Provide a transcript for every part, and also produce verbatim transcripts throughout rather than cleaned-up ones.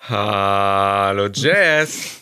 Hallo Jess.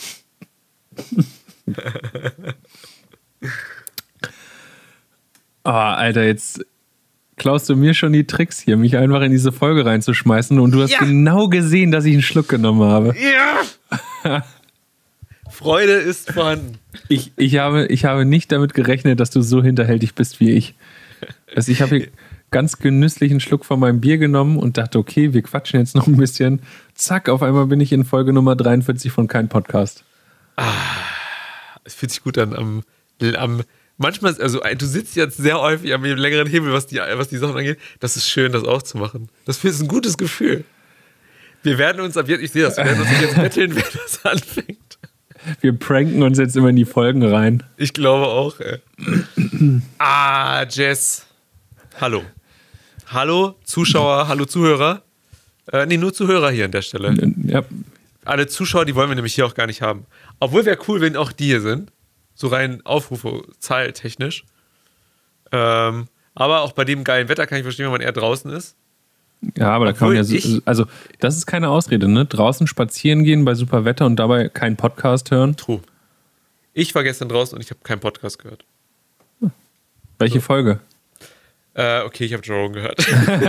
Oh, Alter, jetzt klaust du mir schon die Tricks hier, mich einfach in diese Folge reinzuschmeißen und du hast ja. genau gesehen, dass ich einen Schluck genommen habe. Ja! Freude ist vorhanden. Ich, ich, habe, ich habe nicht damit gerechnet, dass du so hinterhältig bist wie ich. Also ich habe hier ganz genüsslichen Schluck von meinem Bier genommen und dachte, okay, wir quatschen jetzt noch ein bisschen. Zack, auf einmal bin ich in Folge Nummer dreiundvierzig von Kein Podcast. Ah, es fühlt sich gut an. Am, am, manchmal, also du sitzt jetzt sehr häufig am längeren Hebel, was die, was die Sachen angeht. Das ist schön, das auch zu machen. Das ist ein gutes Gefühl. Wir werden uns ab jetzt, ich sehe das, wir werden uns jetzt betteln, wer das anfängt. Wir pranken uns jetzt immer in die Folgen rein. Ich glaube auch, ey. Ah, Jess. Hallo. Hallo, Zuschauer, hallo Zuhörer. Äh, nee, nur Zuhörer hier an der Stelle. Ja. Alle Zuschauer, die wollen wir nämlich hier auch gar nicht haben. Obwohl wäre cool, wenn auch die hier sind. So rein Aufrufe, zahltechnisch. Ähm, aber auch bei dem geilen Wetter kann ich verstehen, wenn man eher draußen ist. Ja, aber da kann man ja, so, also das ist keine Ausrede, ne? Draußen spazieren gehen bei super Wetter und dabei keinen Podcast hören. True. Ich war gestern draußen und ich habe keinen Podcast gehört. Hm. Welche so. Folge? Äh, okay, ich habe Joe Rogan gehört.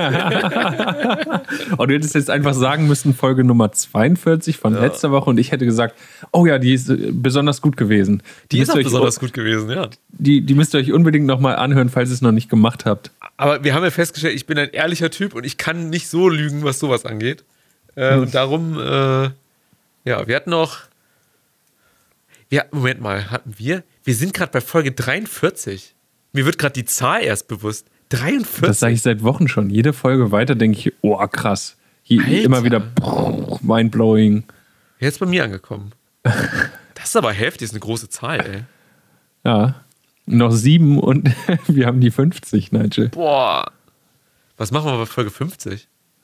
Oh, du hättest jetzt einfach sagen müssen, Folge Nummer zweiundvierzig von ja. letzter Woche und ich hätte gesagt, oh ja, die ist besonders gut gewesen. Die, die ist auch besonders euch, gut gewesen, ja. Die, die müsst ihr euch unbedingt nochmal anhören, falls ihr es noch nicht gemacht habt. Aber wir haben ja festgestellt, ich bin ein ehrlicher Typ und ich kann nicht so lügen, was sowas angeht. Äh, hm. Und darum, äh, ja, wir hatten noch, ja, Moment mal, hatten wir? Wir sind gerade bei Folge dreiundvierzig. Mir wird gerade die Zahl erst bewusst. dreiundvierzig. Das sage ich seit Wochen schon. Jede Folge weiter denke ich, oh krass. Hier immer wieder mindblowing. Jetzt bei mir angekommen. Das ist aber heftig, das ist eine große Zahl, ey. Ja. Noch sieben und wir haben die fünfzig, Nigel. Boah. Was machen wir bei Folge fünfzig?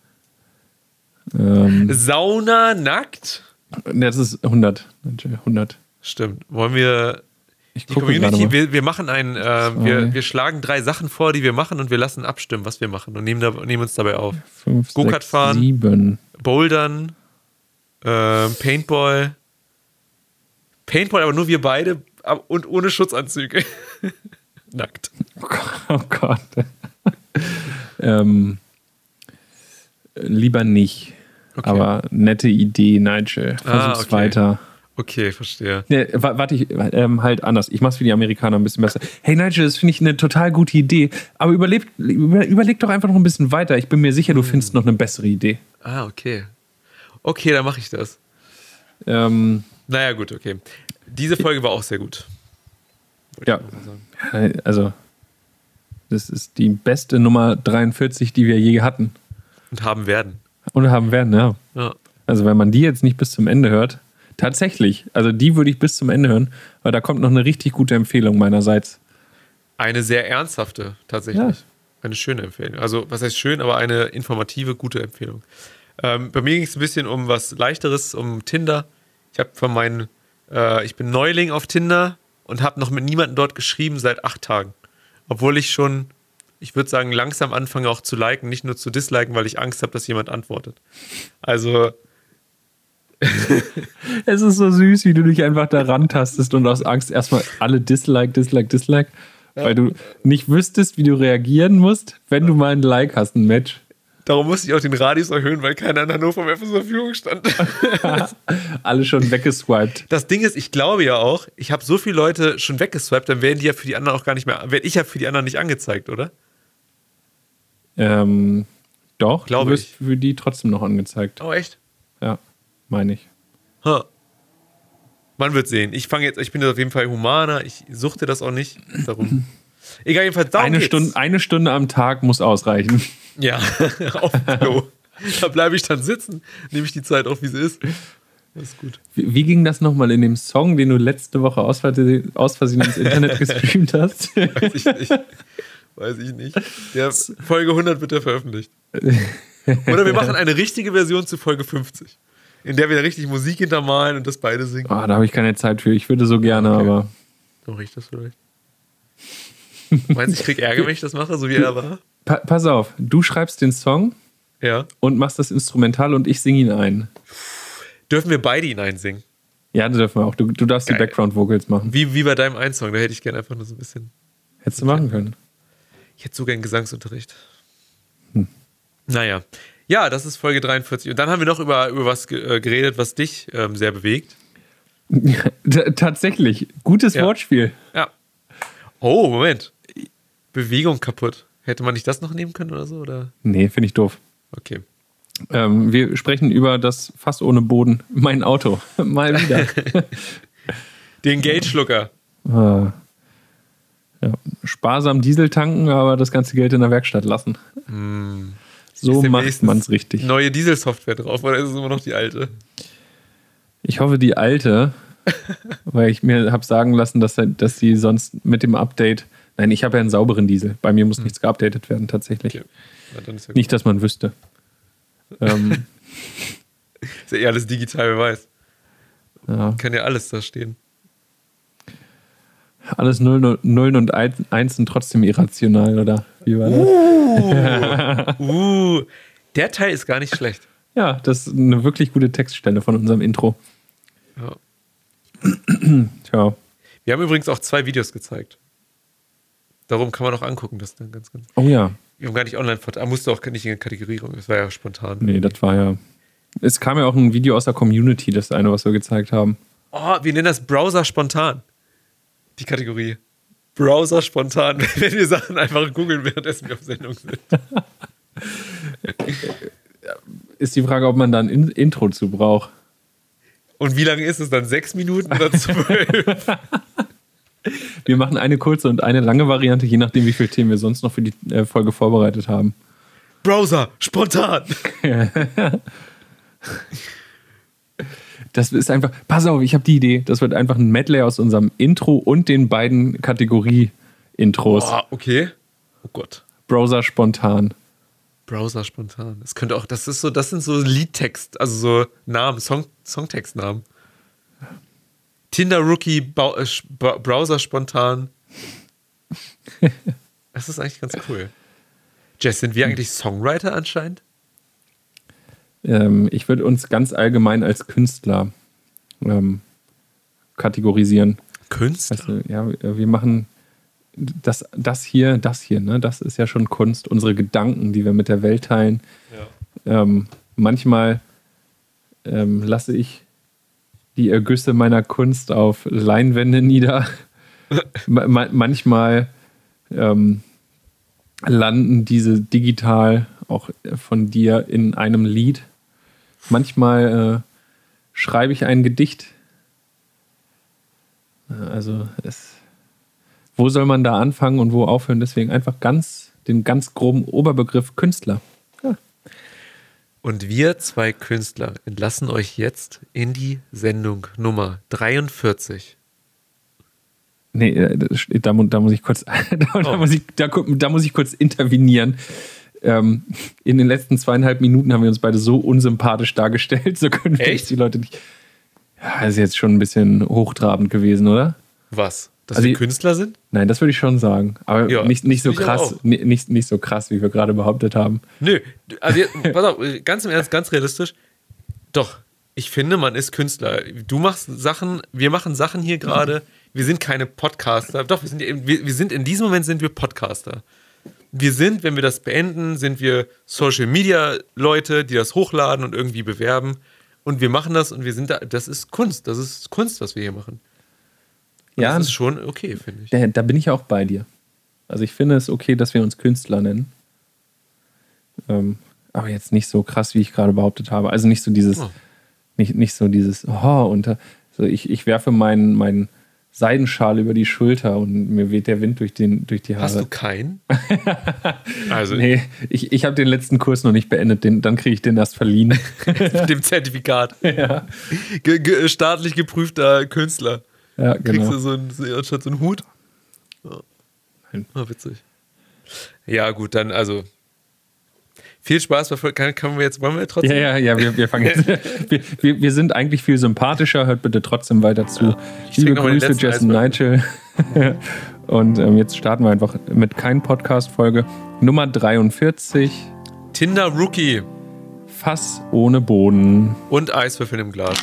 Ähm, Sauna nackt? Das ist hundert, Nigel, hundert. Stimmt. Wollen wir ich die Community, wir, wir machen ein, äh, wir, wir schlagen drei Sachen vor, die wir machen und wir lassen abstimmen, was wir machen und nehmen, da, nehmen uns dabei auf. Fünf, Go-Kart sechs, fahren, sieben. Bouldern, äh, Paintball. Paintball, aber nur wir beide und ohne Schutzanzüge. Nackt. Oh Gott. ähm, lieber nicht. Okay. Aber nette Idee, Nigel. Versuch's ah, okay. weiter. Okay, verstehe. Nee, warte, ich, ähm, halt anders. Ich mach's für die Amerikaner ein bisschen besser. Hey Nigel, das finde ich eine total gute Idee. Aber überleg, über, überleg doch einfach noch ein bisschen weiter. Ich bin mir sicher, du findest noch eine bessere Idee. Ah, okay. Okay, dann mache ich das. Ähm, naja, gut, okay. Diese Folge war auch sehr gut. Ja, also das ist die beste Nummer dreiundvierzig, die wir je hatten. Und haben werden. Und haben werden, ja. ja. Also wenn man die jetzt nicht bis zum Ende hört, tatsächlich, also die würde ich bis zum Ende hören, weil da kommt noch eine richtig gute Empfehlung meinerseits. Eine sehr ernsthafte, tatsächlich. Ja. Eine schöne Empfehlung. Also was heißt schön, aber eine informative, gute Empfehlung. Ähm, bei mir ging es ein bisschen um was Leichteres, um Tinder. Ich habe von meinen, äh, ich bin Neuling auf Tinder und habe noch mit niemandem dort geschrieben seit acht Tagen. Obwohl ich schon, ich würde sagen, langsam anfange auch zu liken, nicht nur zu disliken, weil ich Angst habe, dass jemand antwortet. Also es ist so süß, wie du dich einfach da rantastest und aus Angst erstmal alle Dislike, Dislike, Dislike, weil du nicht wüsstest, wie du reagieren musst, wenn du mal ein Like hast, ein Match. Darum musste ich auch den Radius erhöhen, weil keiner in Hannover mehr zur Verfügung stand. Alle schon weggeswiped. Das Ding ist, ich glaube ja auch, ich habe so viele Leute schon weggeswiped, dann werden die ja für die anderen auch gar nicht mehr, werde ich ja für die anderen nicht angezeigt, oder? Ähm, doch, glaube du wirst ich. für die trotzdem noch angezeigt. Oh, echt? Ja, meine ich. Huh. Man wird sehen. Ich fange jetzt, ich bin jetzt auf jeden Fall humaner, ich suchte das auch nicht. Darum. Egal, jedenfalls darum eine geht's. Stunde, eine Stunde am Tag muss ausreichen. Ja, auf dem Klo. Da bleibe ich dann sitzen, nehme ich die Zeit auf, wie sie ist. Das ist gut. Wie, wie ging das nochmal in dem Song, den du letzte Woche aus Versehen, aus Versehen ins Internet gestreamt hast? Weiß ich nicht. Weiß ich nicht. Der Folge hundert wird ja veröffentlicht. Oder wir machen eine richtige Version zu Folge fünfzig, in der wir richtig Musik hintermalen und das beide singen. Oh, da habe ich keine Zeit für. Ich würde so gerne, okay. aber... Mache ich das vielleicht? Meinst du, ich krieg Ärger, wenn ich das mache, so wie er war? Pa- pass auf, du schreibst den Song ja. und machst das Instrumental und ich singe ihn ein. Dürfen wir beide ihn einsingen? Ja, das dürfen wir auch. Du, du darfst Geil. die Background-Vocals machen. Wie, wie bei deinem Einsong, da hätte ich gerne einfach nur so ein bisschen... Hättest du machen können. Ich hätte so gern Gesangsunterricht. Hm. Naja. Ja, das ist Folge dreiundvierzig. Und dann haben wir noch über, über was geredet, was dich ähm, sehr bewegt. T- tatsächlich. Gutes ja. Wortspiel. Ja. Oh, Moment. Bewegung kaputt. Hätte man nicht das noch nehmen können oder so? Oder? Nee, finde ich doof. Okay. Ähm, wir sprechen über das Fass ohne Boden. Mein Auto. Mal wieder. Den Geldschlucker. Ah. Ja. Sparsam Diesel tanken, aber das ganze Geld in der Werkstatt lassen. Mm. So macht man es richtig. Neue Dieselsoftware drauf, oder ist es immer noch die alte? Ich hoffe, die alte, weil ich mir habe sagen lassen, dass, dass sie sonst mit dem Update. Nein, ich habe ja einen sauberen Diesel. Bei mir muss hm. nichts geupdatet werden, tatsächlich. Okay. Ja, dann ist ja nicht, dass man wüsste. ähm. Ist ja eh alles digital, wer weiß. Ja. Kann ja alles da stehen. Alles Nullen Null und Einsen trotzdem irrational, oder? Wie war das? Uh, uh, der Teil ist gar nicht schlecht. Ja, das ist eine wirklich gute Textstelle von unserem Intro. Ja. Tja. Wir haben übrigens auch zwei Videos gezeigt. Darum kann man auch angucken, das dann ganz, ganz. Oh ja. Wir haben gar nicht online verteilt. Musste auch nicht in der Kategorie rum. Das war ja spontan. Nee, das war ja. Es kam ja auch ein Video aus der Community, das eine, was wir gezeigt haben. Oh, wir nennen das Browser spontan. Die Kategorie. Browser spontan, wenn wir Sachen einfach googeln, währenddessen wir auf Sendung sind. Ist die Frage, ob man da ein Intro zu braucht. Und wie lange ist es dann? Sechs Minuten oder zwölf? Wir machen eine kurze und eine lange Variante, je nachdem, wie viele Themen wir sonst noch für die äh, Folge vorbereitet haben. Browser, spontan! Das ist einfach, pass auf, ich habe die Idee, das wird einfach ein Medley aus unserem Intro und den beiden Kategorie-Intros. Oh, okay. Oh Gott. Browser spontan. Browser spontan. Das könnte auch, das ist so, das sind so Liedtext, also so Namen, Song, Songtextnamen. Tinder Rookie, ba- äh, Browser spontan. Das ist eigentlich ganz cool. Jess, sind wir eigentlich Songwriter anscheinend? Ähm, ich würde uns ganz allgemein als Künstler ähm, kategorisieren. Künstler? Also, ja, wir machen das, das hier, das hier, ne? Das ist ja schon Kunst. Unsere Gedanken, die wir mit der Welt teilen. Ja. Ähm, manchmal ähm, lasse ich die Ergüsse meiner Kunst auf Leinwände nieder. Ma- manchmal ähm, landen diese digital auch von dir in einem Lied. Manchmal äh, schreibe ich ein Gedicht. Also es, wo soll man da anfangen und wo aufhören? Deswegen einfach ganz den ganz groben Oberbegriff Künstler. Ja. Und wir zwei Künstler entlassen euch jetzt in die Sendung Nummer dreiundvierzig. Nee, da, da muss ich kurz, da, oh. da, muss ich, da, da muss ich kurz intervenieren. Ähm, in den letzten zweieinhalb Minuten haben wir uns beide so unsympathisch dargestellt, so können wir die Leute nicht. Ja, das ist jetzt schon ein bisschen hochtrabend gewesen, oder? Was? Dass also wir Künstler sind? Nein, das würde ich schon sagen. Aber ja, nicht, nicht so krass, nicht, nicht so krass, wie wir gerade behauptet haben. Nö, also jetzt, pass auf, ganz im Ernst, ganz realistisch. Doch, ich finde, man ist Künstler. Du machst Sachen, wir machen Sachen hier gerade. Wir sind keine Podcaster. Doch, wir sind, wir, wir sind in diesem Moment sind wir Podcaster. Wir sind, wenn wir das beenden, sind wir Social-Media-Leute, die das hochladen und irgendwie bewerben. Und wir machen das und wir sind da, das ist Kunst. Das ist Kunst, was wir hier machen. Und ja, das ist schon okay, finde ich. Da, da bin ich auch bei dir. Also ich finde es okay, dass wir uns Künstler nennen. Ähm, aber jetzt nicht so krass, wie ich gerade behauptet habe. Also nicht so dieses, oh. nicht, nicht so dieses, oh, und so ich, ich werfe meinen mein Seidenschal über die Schulter und mir weht der Wind durch, den, durch die Haare. Hast du keinen? Also nee, ich, ich habe den letzten Kurs noch nicht beendet, den, dann kriege ich den erst verliehen. Mit dem Zertifikat. Ja. Ge- ge- staatlich geprüfter Künstler. Ja, genau. Kriegst du so einen, anstatt so einen Hut? Oh. Oh, witzig. Ja, gut, dann also viel Spaß. Kann, kann wir jetzt, wollen wir trotzdem? Ja, ja, ja, wir, wir fangen jetzt. wir, wir, wir sind eigentlich viel sympathischer. Hört bitte trotzdem weiter zu. Ja, liebe Grüße, Jason Nigel. Und ähm, jetzt starten wir einfach mit kein Podcast-Folge. Nummer dreiundvierzig. Tinder Rookie. Fass ohne Boden. Und Eiswürfeln im Glas.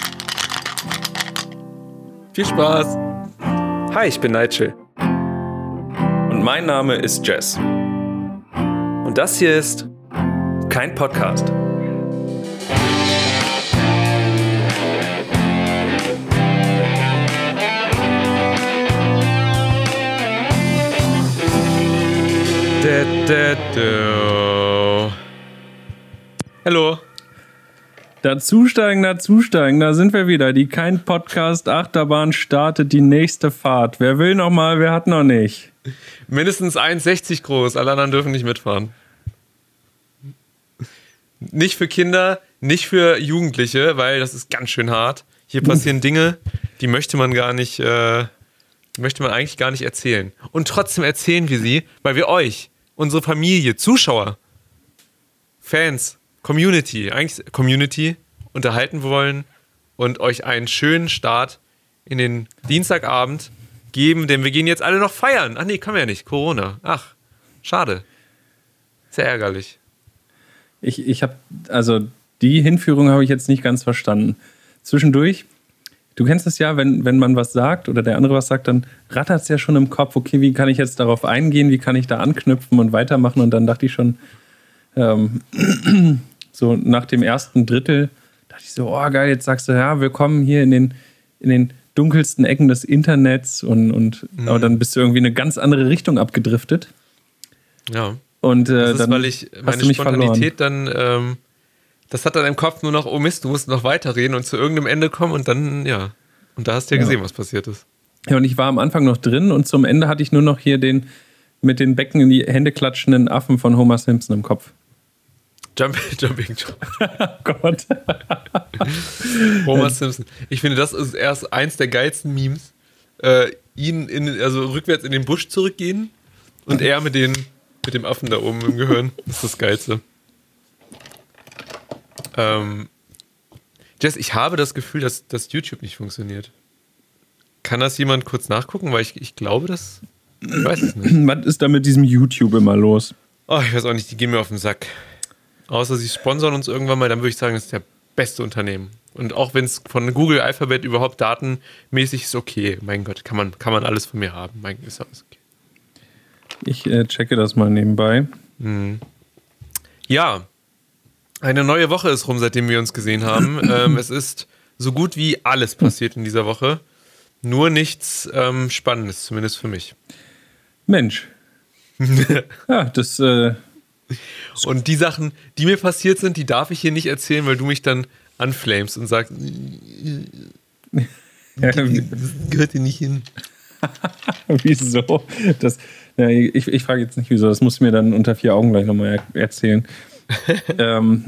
Viel Spaß! Hi, ich bin Nigel. Und mein Name ist Jess. Und das hier ist kein Podcast. Da, da, da. Hallo. Dazusteigen, dazusteigen, da sind wir wieder. Die Kein Podcast Achterbahn startet die nächste Fahrt. Wer will noch mal, wer hat noch nicht? Mindestens eins Komma sechzig groß, alle anderen dürfen nicht mitfahren. Nicht für Kinder, nicht für Jugendliche, weil das ist ganz schön hart. Hier passieren Dinge, die möchte man gar nicht, äh, die möchte man eigentlich gar nicht erzählen. Und trotzdem erzählen wir sie, weil wir euch, unsere Familie, Zuschauer, Fans, Community, eigentlich Community, unterhalten wollen und euch einen schönen Start in den Dienstagabend geben, denn wir gehen jetzt alle noch feiern. Ach nee, können wir ja nicht, Corona. Ach, schade. Sehr ärgerlich. Ich, ich habe, also die Hinführung habe ich jetzt nicht ganz verstanden. Zwischendurch, du kennst es ja, wenn, wenn man was sagt oder der andere was sagt, dann rattert es ja schon im Kopf, okay, wie kann ich jetzt darauf eingehen, wie kann ich da anknüpfen und weitermachen, und dann dachte ich schon, ähm, so nach dem ersten Drittel dachte ich so, oh geil, jetzt sagst du, ja, wir kommen hier in den, in den dunkelsten Ecken des Internets und, und mhm. aber dann bist du irgendwie in eine ganz andere Richtung abgedriftet. Ja. Und äh, das ist, dann weil ich meine Spontanität dann, ähm, das hat dann im Kopf nur noch, oh Mist, du musst noch weiterreden und zu irgendeinem Ende kommen und dann, ja. Und da hast du ja gesehen, ja. was passiert ist. Ja, und ich war am Anfang noch drin und zum Ende hatte ich nur noch hier den mit den Becken in die Hände klatschenden Affen von Homer Simpson im Kopf. Jump, Jumping Joe. Oh Gott. Homer Simpson. Ich finde, das ist erst eins der geilsten Memes. Äh, ihn in, also rückwärts in den Busch zurückgehen und er mit, den, mit dem Affen da oben im Gehirn. Das ist das Geilste. Ähm, Jess, ich habe das Gefühl, dass, dass YouTube nicht funktioniert. Kann das jemand kurz nachgucken? Weil ich, ich glaube, das... Ich weiß es nicht. Was ist da mit diesem YouTube immer los? Oh, ich weiß auch nicht, die gehen mir auf den Sack. Außer sie sponsern uns irgendwann mal, dann würde ich sagen, das ist der beste Unternehmen. Und auch wenn es von Google Alphabet überhaupt datenmäßig ist, okay. Mein Gott, kann man, kann man alles von mir haben. Mein Gott, ist alles okay. Ich äh, checke das mal nebenbei. Mhm. Ja, eine neue Woche ist rum, seitdem wir uns gesehen haben. ähm, es ist so gut wie alles passiert in dieser Woche. Nur nichts ähm, Spannendes, zumindest für mich. Mensch. Ja, das... Äh Und die Sachen, die mir passiert sind, die darf ich hier nicht erzählen, weil du mich dann anflamest und sagst, das gehört dir nicht hin. Wieso? Das, ja, ich ich frage jetzt nicht, wieso. Das musst du mir dann unter vier Augen gleich nochmal er- erzählen. ähm,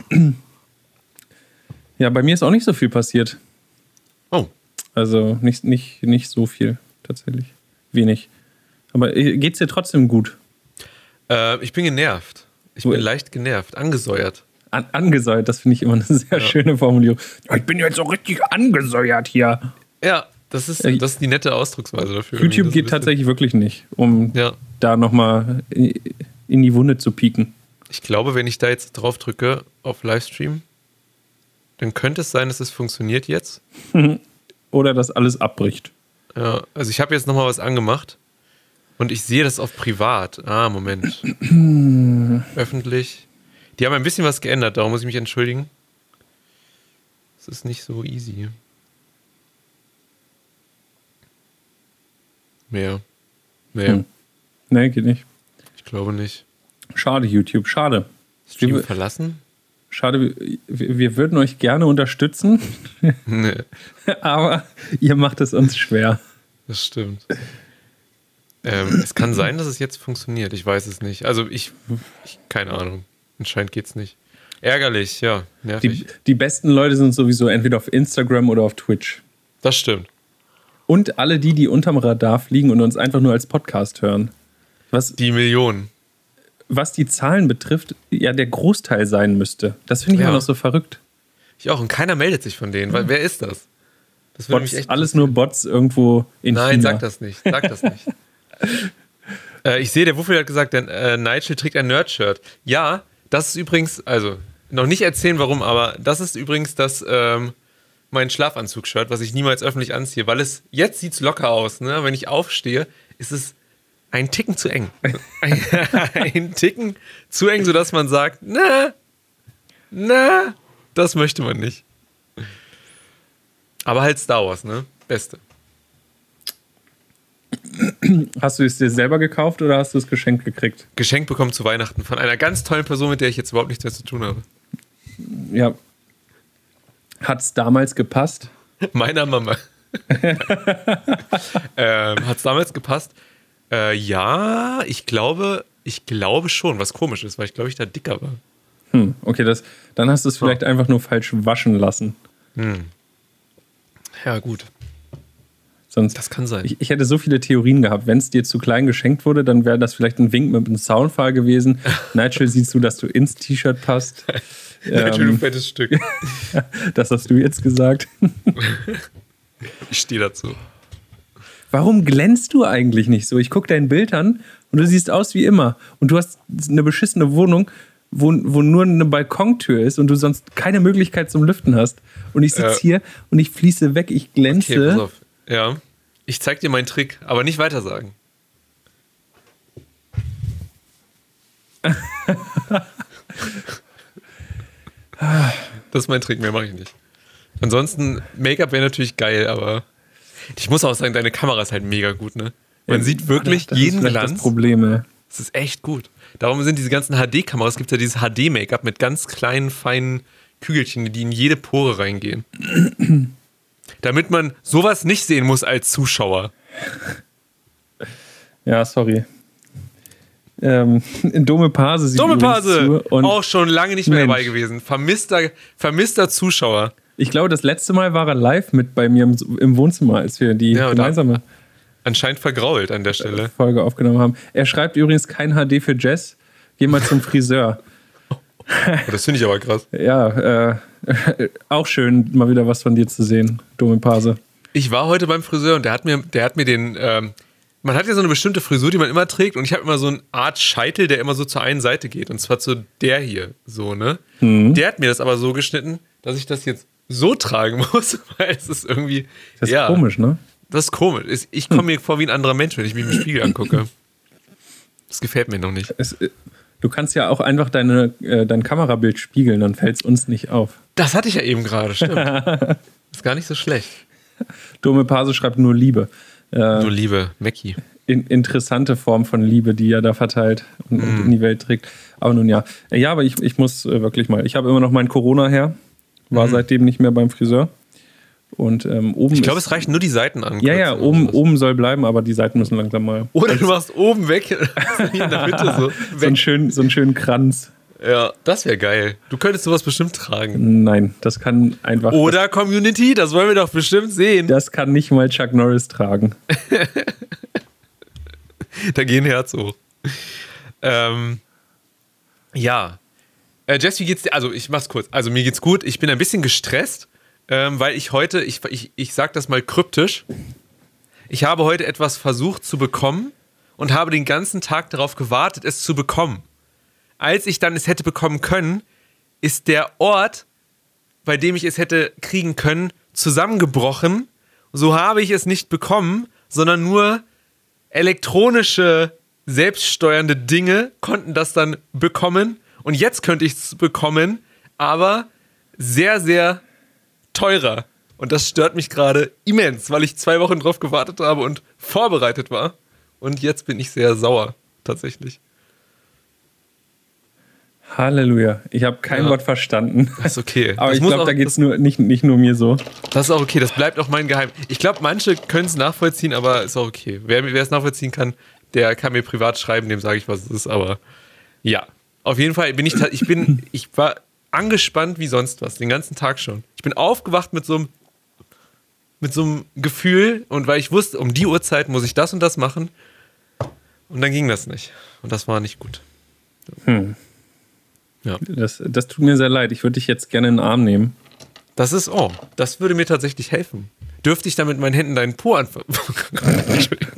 ja, bei mir ist auch nicht so viel passiert. Oh. Also nicht, nicht, nicht so viel, tatsächlich. Wenig. Aber geht's dir trotzdem gut? Äh, ich bin genervt. Ich bin leicht genervt, angesäuert. An, angesäuert, das finde ich immer eine sehr ja. schöne Formulierung. Ja, ich bin jetzt so richtig angesäuert hier. Ja, das ist, das ist die nette Ausdrucksweise dafür. YouTube geht tatsächlich wirklich nicht, um ja. da nochmal in die Wunde zu pieken. Ich glaube, wenn ich da jetzt drauf drücke auf Livestream, dann könnte es sein, dass es funktioniert jetzt. Oder dass alles abbricht. Ja, also ich habe jetzt nochmal was angemacht. Und ich sehe das auf privat. Ah, Moment. Öffentlich. Die haben ein bisschen was geändert, darum muss ich mich entschuldigen. Es ist nicht so easy. Mehr. Mehr. Hm. Nee, geht nicht. Ich glaube nicht. Schade, YouTube, schade. Stream wir, verlassen? Schade, wir, wir würden euch gerne unterstützen. Nee. Aber ihr macht es uns schwer. Das stimmt. Ähm, es kann sein, dass es jetzt funktioniert. Ich weiß es nicht. Also ich, ich keine Ahnung. Anscheinend geht's nicht. Ärgerlich, ja. Nervig. Die, die besten Leute sind sowieso entweder auf Instagram oder auf Twitch. Das stimmt. Und alle die, die unterm Radar fliegen und uns einfach nur als Podcast hören. Was, die Millionen. Was die Zahlen betrifft, ja der Großteil sein müsste. Das finde ich ja. immer noch so verrückt. Ich auch. Und keiner meldet sich von denen. Weil, wer ist das? Das würde mich echt alles nur Bots irgendwo in Nein, China. sag das nicht. Sag das nicht. äh, ich sehe, der Wuffel hat gesagt, der äh, Nigel trägt ein Nerd-Shirt. Ja, das ist übrigens, also noch nicht erzählen, warum, aber das ist übrigens das, ähm, mein Schlafanzug-Shirt, was ich niemals öffentlich anziehe, weil es, jetzt sieht es locker aus, ne? Wenn ich aufstehe, ist es ein Ticken zu eng. ein, ein Ticken zu eng, sodass man sagt, na, na, das möchte man nicht. Aber halt Star Wars, ne? Beste. Hast du es dir selber gekauft oder hast du es geschenkt gekriegt? Geschenkt bekommen zu Weihnachten von einer ganz tollen Person, mit der ich jetzt überhaupt nichts mehr zu tun habe. Ja. Hat es damals gepasst? Meiner Mama. ähm, hat es damals gepasst? Äh, ja, ich glaube, ich glaube schon, was komisch ist, weil ich glaube, ich da dicker war. Hm, okay, das, dann hast du es vielleicht oh. einfach nur falsch waschen lassen. Hm. Ja, gut. Sonst, das kann sein. Ich, ich hätte so viele Theorien gehabt. Wenn es dir zu klein geschenkt wurde, dann wäre das vielleicht ein Wink mit einem Soundfall gewesen. Nigel, siehst du, dass du ins T-Shirt passt. Nigel, ähm, du fettes Stück. Das hast du jetzt gesagt. Ich stehe dazu. Warum glänzt du eigentlich nicht so? Ich gucke dein Bild an und du siehst aus wie immer. Und du hast eine beschissene Wohnung, wo, wo nur eine Balkontür ist und du sonst keine Möglichkeit zum Lüften hast. Und ich sitze äh, hier und ich fließe weg, ich glänze. Okay, pass auf. Ja, ich zeig dir meinen Trick, aber nicht weiter sagen. Das ist mein Trick, mehr mache ich nicht. Ansonsten, Make-up wäre natürlich geil, aber ich muss auch sagen, deine Kamera ist halt mega gut, ne? Man ja, sieht wirklich das jeden ist Glanz. Das Problem, ey. Das ist echt gut. Darum sind diese ganzen H D-Kameras, es gibt ja dieses H D-Make-up mit ganz kleinen, feinen Kügelchen, die in jede Pore reingehen. Damit man sowas nicht sehen muss als Zuschauer. Ja, sorry. Ähm, Dome Pase sieht Dome Pase! Zu und auch schon lange nicht mehr Mensch. dabei gewesen. Vermisster, vermisster Zuschauer. Ich glaube, das letzte Mal war er live mit bei mir im, im Wohnzimmer, als wir die ja, gemeinsame anscheinend vergrault an der Stelle Folge aufgenommen haben. Er schreibt übrigens kein H D für Jess. Geh mal zum Friseur. Oh, das finde ich aber krass. Ja, äh, auch schön, mal wieder was von dir zu sehen, Dome Pase. Ich war heute beim Friseur und der hat mir, der hat mir den, ähm, man hat ja so eine bestimmte Frisur, die man immer trägt und ich habe immer so eine Art Scheitel, der immer so zur einen Seite geht und zwar zu der hier, so, ne? Mhm. Der hat mir das aber so geschnitten, dass ich das jetzt so tragen muss, weil es ist irgendwie, das ist ja, komisch, ne? Das ist komisch. Ich komme mir vor wie ein anderer Mensch, wenn ich mich im Spiegel angucke. Das gefällt mir noch nicht. Es, du kannst ja auch einfach deine, äh, dein Kamerabild spiegeln, dann fällt es uns nicht auf. Das hatte ich ja eben gerade, stimmt. Ist gar nicht so schlecht. Dome Pase schreibt nur Liebe. Äh, nur Liebe, Mackie. In, interessante Form von Liebe, die er da verteilt und, mm. und in die Welt trägt. Aber nun ja. Ja, aber ich, ich muss äh, wirklich mal. Ich habe immer noch mein Corona her. War mm. seitdem nicht mehr beim Friseur. Und ähm, oben. Ich glaube, es reicht nur die Seiten an. Ja, ja, oben, oben soll bleiben, aber die Seiten müssen langsam mal. Oder du machst oben weg, in der Mitte so. so, einen schönen, so einen schönen Kranz. Ja, das wäre geil. Du könntest sowas bestimmt tragen. Nein, das kann einfach. Oder Community, das wollen wir doch bestimmt sehen. Das kann nicht mal Chuck Norris tragen. Da gehen Herz hoch. Ähm, ja. Äh, Jess, wie geht's dir? Also, ich mach's kurz. Also, mir geht's gut. Ich bin ein bisschen gestresst. Ähm, weil ich heute, ich, ich, ich sag das mal kryptisch, ich habe heute etwas versucht zu bekommen und habe den ganzen Tag darauf gewartet, es zu bekommen. Als ich dann es hätte bekommen können, ist der Ort, bei dem ich es hätte kriegen können, zusammengebrochen. So habe ich es nicht bekommen, sondern nur elektronische, selbststeuernde Dinge konnten das dann bekommen. Und jetzt könnte ich es bekommen, aber sehr, sehr teurer. Und das stört mich gerade immens, weil ich zwei Wochen drauf gewartet habe und vorbereitet war. Und jetzt bin ich sehr sauer, tatsächlich. Halleluja. Ich habe kein ja. Wort verstanden. Das ist okay. Aber das ich glaube, da geht es nicht, nicht nur mir so. Das ist auch okay. Das bleibt auch mein Geheim. Ich glaube, manche können es nachvollziehen, aber ist auch okay. Wer, wer es nachvollziehen kann, der kann mir privat schreiben, dem sage ich, was es ist. Aber ja, auf jeden Fall bin ich, ich bin, ich war angespannt wie sonst was, den ganzen Tag schon. Ich bin aufgewacht mit so einem mit so einem Gefühl und weil ich wusste, um die Uhrzeit muss ich das und das machen und dann ging das nicht. Und das war nicht gut. Hm. Ja. Das, das tut mir sehr leid. Ich würde dich jetzt gerne in den Arm nehmen. Das ist, oh, das würde mir tatsächlich helfen. Dürfte ich dann mit meinen Händen deinen Po anfangen? Entschuldigung.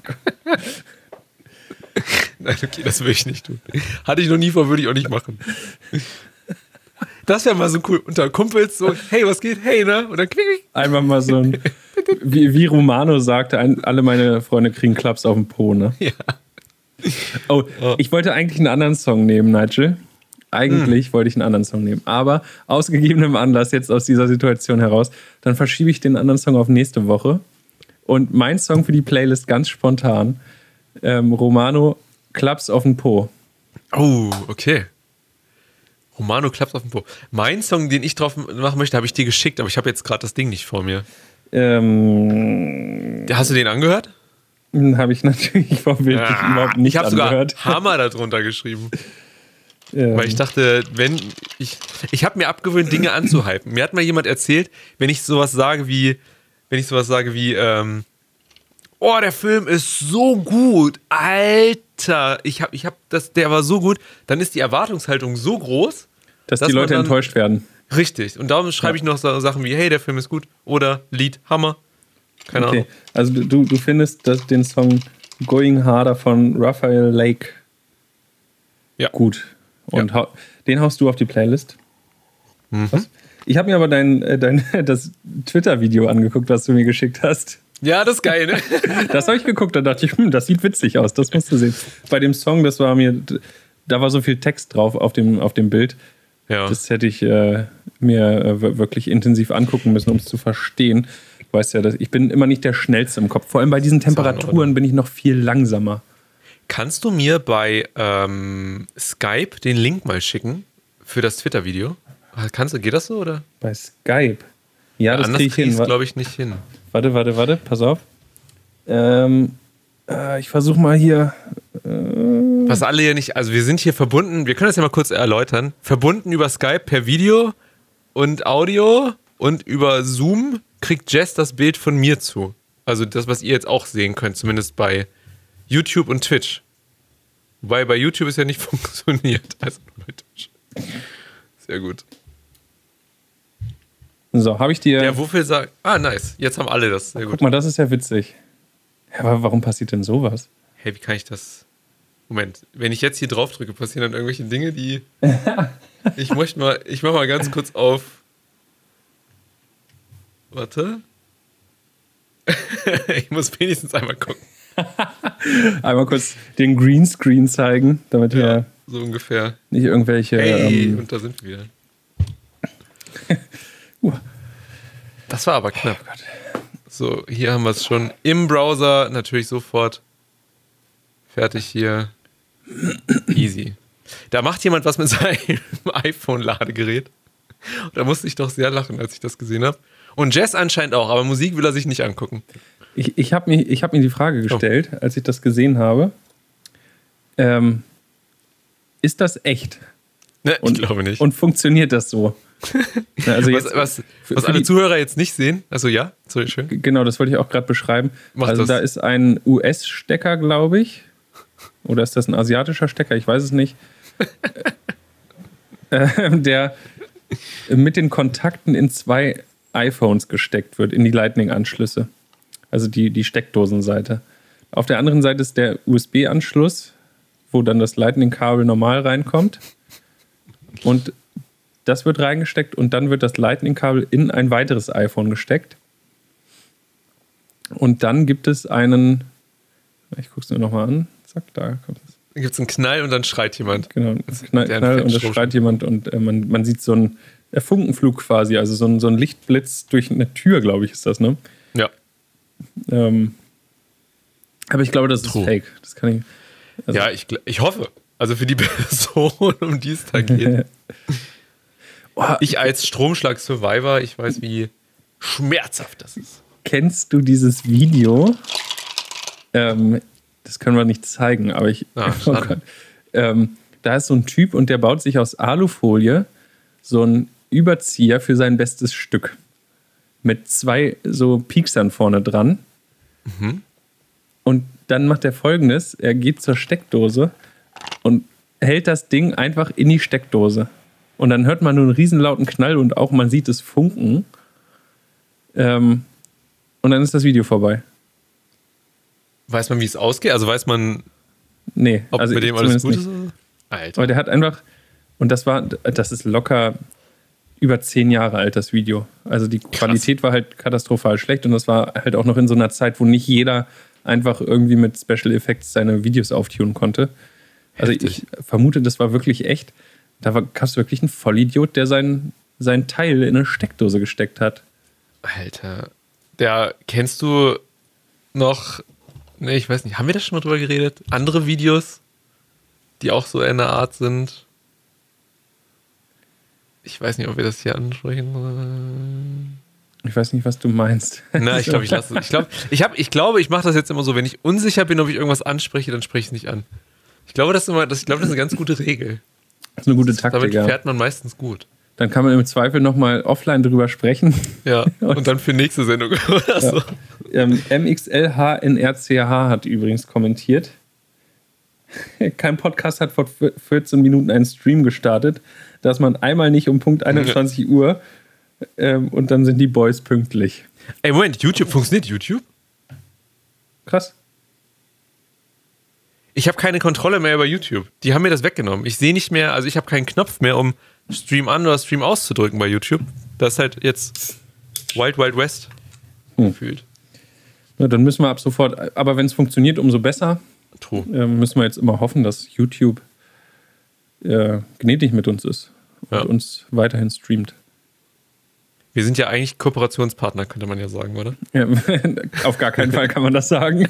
Nein, okay, das will ich nicht tun. Hatte ich noch nie vor, würde ich auch nicht machen. Das wäre mal so cool. Unter Kumpels so, hey, was geht? Hey, ne? Und dann quick. Einmal mal so ein, wie, wie Romano sagte, ein, alle meine Freunde kriegen Klaps auf den Po, ne? Ja. Oh, ich wollte eigentlich einen anderen Song nehmen, Nigel. Eigentlich hm. wollte ich einen anderen Song nehmen. Aber aus gegebenem Anlass, jetzt aus dieser Situation heraus, dann verschiebe ich den anderen Song auf nächste Woche. Und mein Song für die Playlist ganz spontan, ähm, Romano, Klaps auf den Po. Oh, okay. Romano, Klaps auf den Po. Mein Song, den ich drauf machen möchte, habe ich dir geschickt, aber ich habe jetzt gerade das Ding nicht vor mir. Ähm, Hast du den angehört? Habe ich natürlich vorbildlich ah, überhaupt nicht ich hab angehört. Ich habe sogar Hammer darunter geschrieben. Ähm. Weil ich dachte, wenn ich ich habe mir abgewöhnt, Dinge anzuhypen. Mir hat mal jemand erzählt, wenn ich sowas sage wie, wenn ich sowas sage wie, ähm, oh, der Film ist so gut, Alter, ich hab, ich hab das, der war so gut, dann ist die Erwartungshaltung so groß, dass, dass die Leute dann enttäuscht werden. Richtig. Und darum schreibe ja. ich noch so Sachen wie, hey, der Film ist gut oder Lied, Hammer. Keine okay. Ahnung. Also du, du findest dass den Song Going Harder von Raphael Lake ja. gut. Und ja. hau, den haust du auf die Playlist. Mhm. Was? Ich habe mir aber dein, dein, das Twitter-Video angeguckt, was du mir geschickt hast. Ja, das ist geil, ne? Das habe ich geguckt, da dachte ich, hm, das sieht witzig aus, das musst du sehen. Bei dem Song, das war mir, da war so viel Text drauf auf dem, auf dem Bild. Ja. Das hätte ich äh, mir äh, wirklich intensiv angucken müssen, um es zu verstehen. Ich weiß ja, dass ich bin immer nicht der Schnellste im Kopf. Vor allem bei diesen Temperaturen bin ich noch viel langsamer. Kannst du mir bei ähm, Skype den Link mal schicken für das Twitter-Video? Kannst du, geht das so, oder? Bei Skype? Ja, ja das kriege ich hin. Das glaube ich nicht hin. Warte, warte, warte, pass auf. Ähm, äh, ich versuche mal hier. Äh Was alle hier nicht, also wir sind hier verbunden, wir können das ja mal kurz erläutern. Verbunden über Skype per Video und Audio und über Zoom kriegt Jess das Bild von mir zu. Also das, was ihr jetzt auch sehen könnt, zumindest bei YouTube und Twitch. Wobei bei YouTube es ja nicht funktioniert. Also bei Twitch. Sehr gut. So, habe ich dir... Der Wuffel sagt... Ah, nice. Jetzt haben alle das. Sehr Guck gut. mal, das ist ja witzig. Ja, aber warum passiert denn sowas? Hey, wie kann ich das... Moment, wenn ich jetzt hier drauf drücke, passieren dann irgendwelche Dinge, die... ich möchte mal... Ich mach mal ganz kurz auf... Warte. Ich muss wenigstens einmal gucken. Einmal kurz den Greenscreen zeigen, damit ja, wir so ungefähr nicht irgendwelche... Hey, ähm, und da sind wir wieder. uh. Das war aber knapp. Oh Gott. So, hier haben wir es schon im Browser, natürlich sofort fertig hier. Easy. Da macht jemand was mit seinem iPhone-Ladegerät. Da musste ich doch sehr lachen, als ich das gesehen habe. Und Jazz anscheinend auch, aber Musik will er sich nicht angucken. Ich, ich habe mir, hab mir die Frage gestellt, oh. als ich das gesehen habe. Ähm, ist das echt? Ne, und, ich glaube nicht. Und funktioniert das so? Also jetzt, was was, was alle die, Zuhörer jetzt nicht sehen, also ja, sorry, schön. Genau, das wollte ich auch gerade beschreiben. Mach also das. Da ist ein U S-Stecker, glaube ich. Oder ist das ein asiatischer Stecker? Ich weiß es nicht. äh, der mit den Kontakten in zwei iPhones gesteckt wird, in die Lightning-Anschlüsse. Also die, die Steckdosenseite. Auf der anderen Seite ist der U S B-Anschluss, wo dann das Lightning-Kabel normal reinkommt. Und das wird reingesteckt und dann wird das Lightning-Kabel in ein weiteres iPhone gesteckt. Und dann gibt es einen, ich gucke es mir nochmal an, zack, da kommt es. Dann gibt es einen Knall und dann schreit jemand. Genau, einen Knall, Knall und da schreit jemand und äh, man, man sieht so einen äh, Funkenflug quasi, also so ein, so ein Lichtblitz durch eine Tür, glaube ich, ist das, ne? Ja. Ähm, aber ich glaube, das ist True. Fake. Das kann ich. Also ja, ich, ich hoffe. Also für die Person, um die es da geht. Oh, ich als Stromschlag-Survivor, ich weiß, wie schmerzhaft das ist. Kennst du dieses Video? Ähm, das können wir nicht zeigen, aber ich. Ah, oh Gott. Ähm, da ist so ein Typ und der baut sich aus Alufolie so einen Überzieher für sein bestes Stück. Mit zwei so Pieksern vorne dran. Mhm. Und dann macht er Folgendes: Er geht zur Steckdose und hält das Ding einfach in die Steckdose. Und dann hört man nur einen riesenlauten Knall und auch man sieht es funken. Ähm, und dann ist das Video vorbei. Weiß man, wie es ausgeht? Also weiß man, nee, ob also mit dem alles gut ist? Alter. Aber der hat einfach, und das war, das ist locker über zehn Jahre alt, das Video. Also die Krass. Qualität war halt katastrophal schlecht und das war halt auch noch in so einer Zeit, wo nicht jeder einfach irgendwie mit Special Effects seine Videos auftunen konnte. Also Heftig. ich vermute, das war wirklich echt. Da war, gab es wirklich einen Vollidiot, der sein, sein Teil in eine Steckdose gesteckt hat. Alter. Der, kennst du noch, ne, ich weiß nicht, haben wir da schon mal drüber geredet? Andere Videos, die auch so in der Art sind? Ich weiß nicht, ob wir das hier ansprechen. Ich weiß nicht, was du meinst. Na, ich glaube, ich lasse es. Ich, glaub, ich, hab, ich glaube, ich mache das jetzt immer so, wenn ich unsicher bin, ob ich irgendwas anspreche, dann spreche ich es nicht an. Ich glaube, das ist, immer, das, ich glaube, das ist eine ganz gute Regel. Das ist eine gute Taktik, Damit ja. fährt man meistens gut. Dann kann man im Zweifel nochmal offline drüber sprechen. Ja, und dann für nächste Sendung oder so. Ja. Ähm, M X L H N R C H hat übrigens kommentiert. Kein Podcast hat vor vierzehn Minuten einen Stream gestartet, dass man einmal nicht um Punkt einundzwanzig Uhr ähm, und dann sind die Boys pünktlich. Ey, Moment, YouTube, funktioniert YouTube? Krass. Ich habe keine Kontrolle mehr über YouTube. Die haben mir das weggenommen. Ich sehe nicht mehr, also ich habe keinen Knopf mehr, um Stream an oder Stream auszudrücken bei YouTube. Das ist halt jetzt Wild Wild West hm. gefühlt. Ja, dann müssen wir ab sofort, aber wenn es funktioniert, umso besser. True. Äh, müssen wir jetzt immer hoffen, dass YouTube äh, gnädig mit uns ist und Ja. uns weiterhin streamt. Wir sind ja eigentlich Kooperationspartner, könnte man ja sagen, oder? Ja, auf gar keinen Fall kann man das sagen.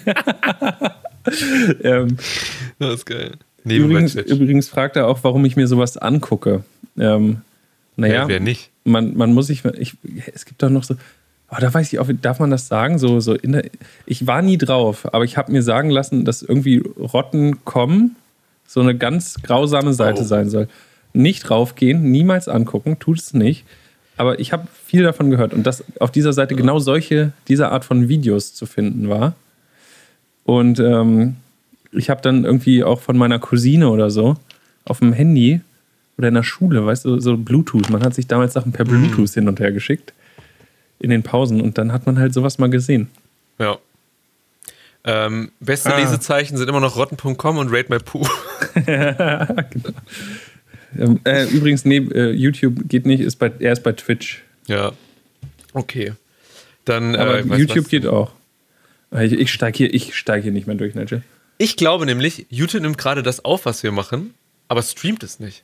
ähm, Das ist geil. übrigens, übrigens fragt er auch, warum ich mir sowas angucke. Ähm, naja, ja, wer nicht? Man, man muss sich, ich, es gibt doch noch so, oh, da weiß ich auch, darf man das sagen? So, so in der, ich war nie drauf, aber ich habe mir sagen lassen, dass irgendwie Rotten kommen, so eine ganz grausame Seite Oh. sein soll. Nicht raufgehen, niemals angucken, tut es nicht. Aber ich habe viel davon gehört und dass auf dieser Seite Ja. genau solche, diese Art von Videos zu finden war. Und ähm, ich habe dann irgendwie auch von meiner Cousine oder so auf dem Handy oder in der Schule, weißt du, so Bluetooth. Man hat sich damals Sachen per Bluetooth hin und her geschickt in den Pausen und dann hat man halt sowas mal gesehen. Ja. Ähm, beste Ah. Lesezeichen sind immer noch rotten Punkt com und Rate My Poo. Genau. Ähm, äh, übrigens, nee, äh, YouTube geht nicht, ist bei, er ist bei Twitch. Ja. Okay. Dann, Aber äh, ich weiß YouTube was. geht auch. Ich, ich steige hier, ich steig hier nicht mehr durch, Nigel. Ich glaube nämlich, YouTube nimmt gerade das auf, was wir machen, aber streamt es nicht.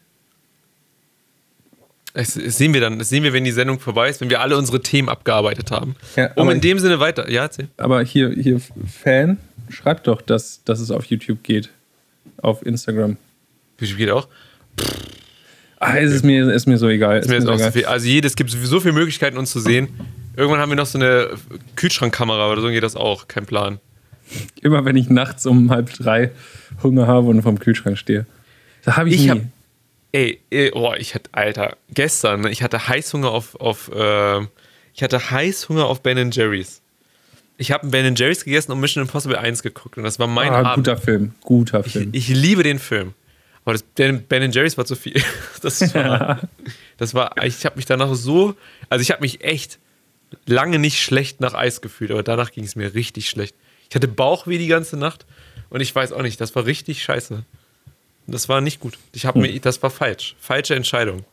Das, das sehen wir dann, das sehen wir, wenn die Sendung vorbei ist, wenn wir alle unsere Themen abgearbeitet haben. Ja, um aber in dem Sinne weiter. Ja, erzähl. Aber hier, hier Fan, schreibt doch, dass, dass es auf YouTube geht. Auf Instagram. YouTube geht auch. Ah, ist, es mir, ist mir so egal. Ist mir jetzt so auch so egal. viel. Also jedes gibt so viele Möglichkeiten, uns zu sehen. Irgendwann haben wir noch so eine Kühlschrankkamera oder so, geht das auch. Kein Plan. Immer wenn ich nachts um halb drei Hunger habe und vorm Kühlschrank stehe. Da habe ich, Ich nie. hab- Ey, ey, oh, ich hatte, Alter, gestern, ne, ich hatte Heißhunger auf, auf äh, ich hatte Heißhunger auf Ben and Jerry's. Ich habe Ben and Jerry's gegessen und Mission Impossible eins geguckt und das war mein ah, Abend. guter Film, guter Ich, Film. ich liebe den Film. Aber das Ben, Ben and Jerry's war zu viel. Das war, das war ich habe mich danach so, also ich habe mich echt lange nicht schlecht nach Eis gefühlt, aber danach ging es mir richtig schlecht. Ich hatte Bauchweh die ganze Nacht und ich weiß auch nicht, das war richtig scheiße. Das war nicht gut. Ich habe mir, das war falsch. Falsche Entscheidung.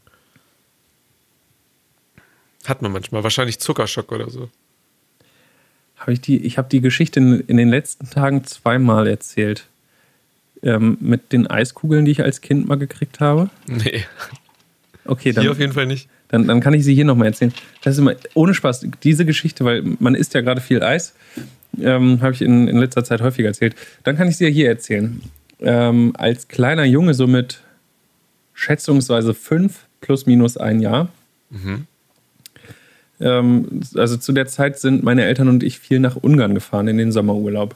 Hat man manchmal. Wahrscheinlich Zuckerschock oder so. Hab ich die, ich habe die Geschichte in, in den letzten Tagen zweimal erzählt. Ähm, mit den Eiskugeln, die ich als Kind mal gekriegt habe. Nee, Okay, hier dann, auf jeden Fall nicht. dann, dann kann ich sie hier nochmal erzählen. Das ist immer, ohne Spaß, diese Geschichte, weil man isst ja gerade viel Eis, ähm, habe ich in, in letzter Zeit häufiger erzählt. Dann kann ich sie ja hier erzählen. Ähm, als kleiner Junge, so mit schätzungsweise fünf plus minus ein Jahr. Mhm. Ähm, also zu der Zeit sind meine Eltern und ich viel nach Ungarn gefahren in den Sommerurlaub.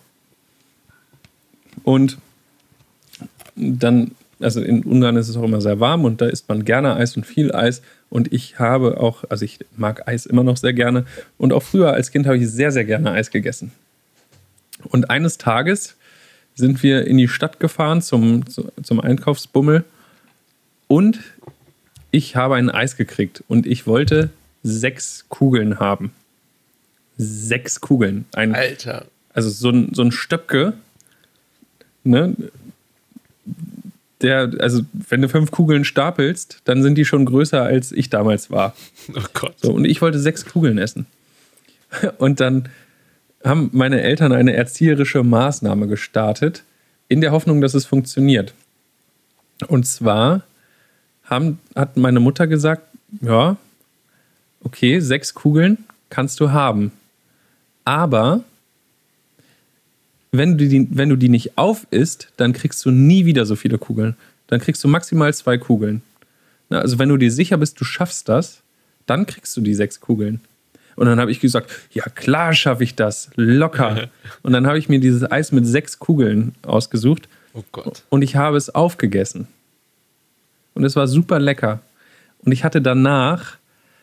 Und dann, also in Ungarn ist es auch immer sehr warm und da isst man gerne Eis und viel Eis. Und ich habe auch, also ich mag Eis immer noch sehr gerne. Und auch früher als Kind habe ich sehr, sehr gerne Eis gegessen. Und eines Tages sind wir in die Stadt gefahren zum, zum Einkaufsbummel und ich habe ein Eis gekriegt und ich wollte sechs Kugeln haben. Sechs Kugeln. Ein, Alter. also so ein, so ein Stöpke, ne? der, also wenn du fünf Kugeln stapelst, dann sind die schon größer, als ich damals war. Oh Gott. So, und ich wollte sechs Kugeln essen. Und dann haben meine Eltern eine erzieherische Maßnahme gestartet, in der Hoffnung, dass es funktioniert. Und zwar haben, hat meine Mutter gesagt, ja, okay, sechs Kugeln kannst du haben. Aber wenn du die, wenn du die nicht aufisst, dann kriegst du nie wieder so viele Kugeln. Dann kriegst du maximal zwei Kugeln. Na, also wenn du dir sicher bist, du schaffst das, dann kriegst du die sechs Kugeln. Und dann habe ich gesagt, ja klar schaffe ich das, locker. Und dann habe ich mir dieses Eis mit sechs Kugeln ausgesucht. Oh Gott. Und ich habe es aufgegessen. Und es war super lecker. Und ich hatte danach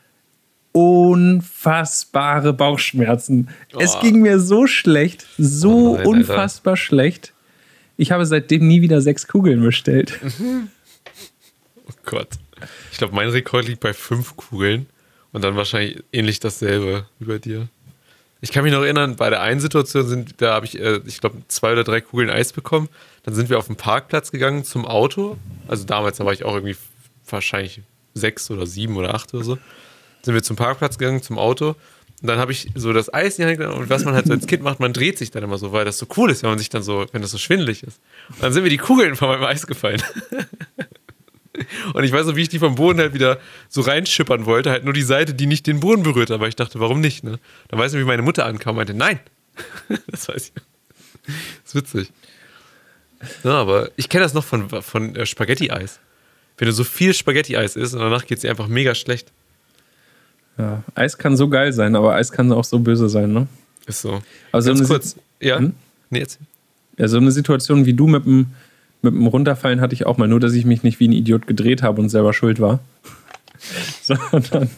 unfassbare Bauchschmerzen. Oh. Es ging mir so schlecht, so oh nein, unfassbar Alter. schlecht. Ich habe seitdem nie wieder sechs Kugeln bestellt. Oh Gott. Ich glaube, mein Rekord liegt bei fünf Kugeln und dann wahrscheinlich ähnlich dasselbe wie bei dir. Ich kann mich noch erinnern, bei der einen Situation sind, da habe ich, äh, ich glaube, zwei oder drei Kugeln Eis bekommen. Dann sind wir auf den Parkplatz gegangen zum Auto. Also damals, da war ich auch irgendwie wahrscheinlich sechs oder sieben oder acht oder so. Sind wir zum Parkplatz gegangen, zum Auto. Und dann habe ich so das Eis in die Hand genommen. Und was man halt so als Kind macht, man dreht sich dann immer so, weil das so cool ist, wenn man sich dann so, wenn das so schwindelig ist. Und dann sind mir die Kugeln von meinem Eis gefallen. Und ich weiß noch, wie ich die vom Boden halt wieder so reinschippern wollte. Halt nur die Seite, die nicht den Boden berührt. Aber ich dachte, warum nicht, ne? Dann weiß ich, wie meine Mutter ankam und meinte, nein. Das weiß ich. Das ist witzig. Ja, aber ich kenne das noch von, von äh, Spaghetti-Eis. Wenn du so viel Spaghetti-Eis isst und danach geht es dir einfach mega schlecht. Ja, Eis kann so geil sein, aber Eis kann auch so böse sein, ne? Ist so. Also ganz kurz. Si- ja? Hm? Nee, jetzt. Ja, so eine Situation wie du mit dem, mit dem Runterfallen hatte ich auch mal, nur dass ich mich nicht wie ein Idiot gedreht habe und selber schuld war. Sondern.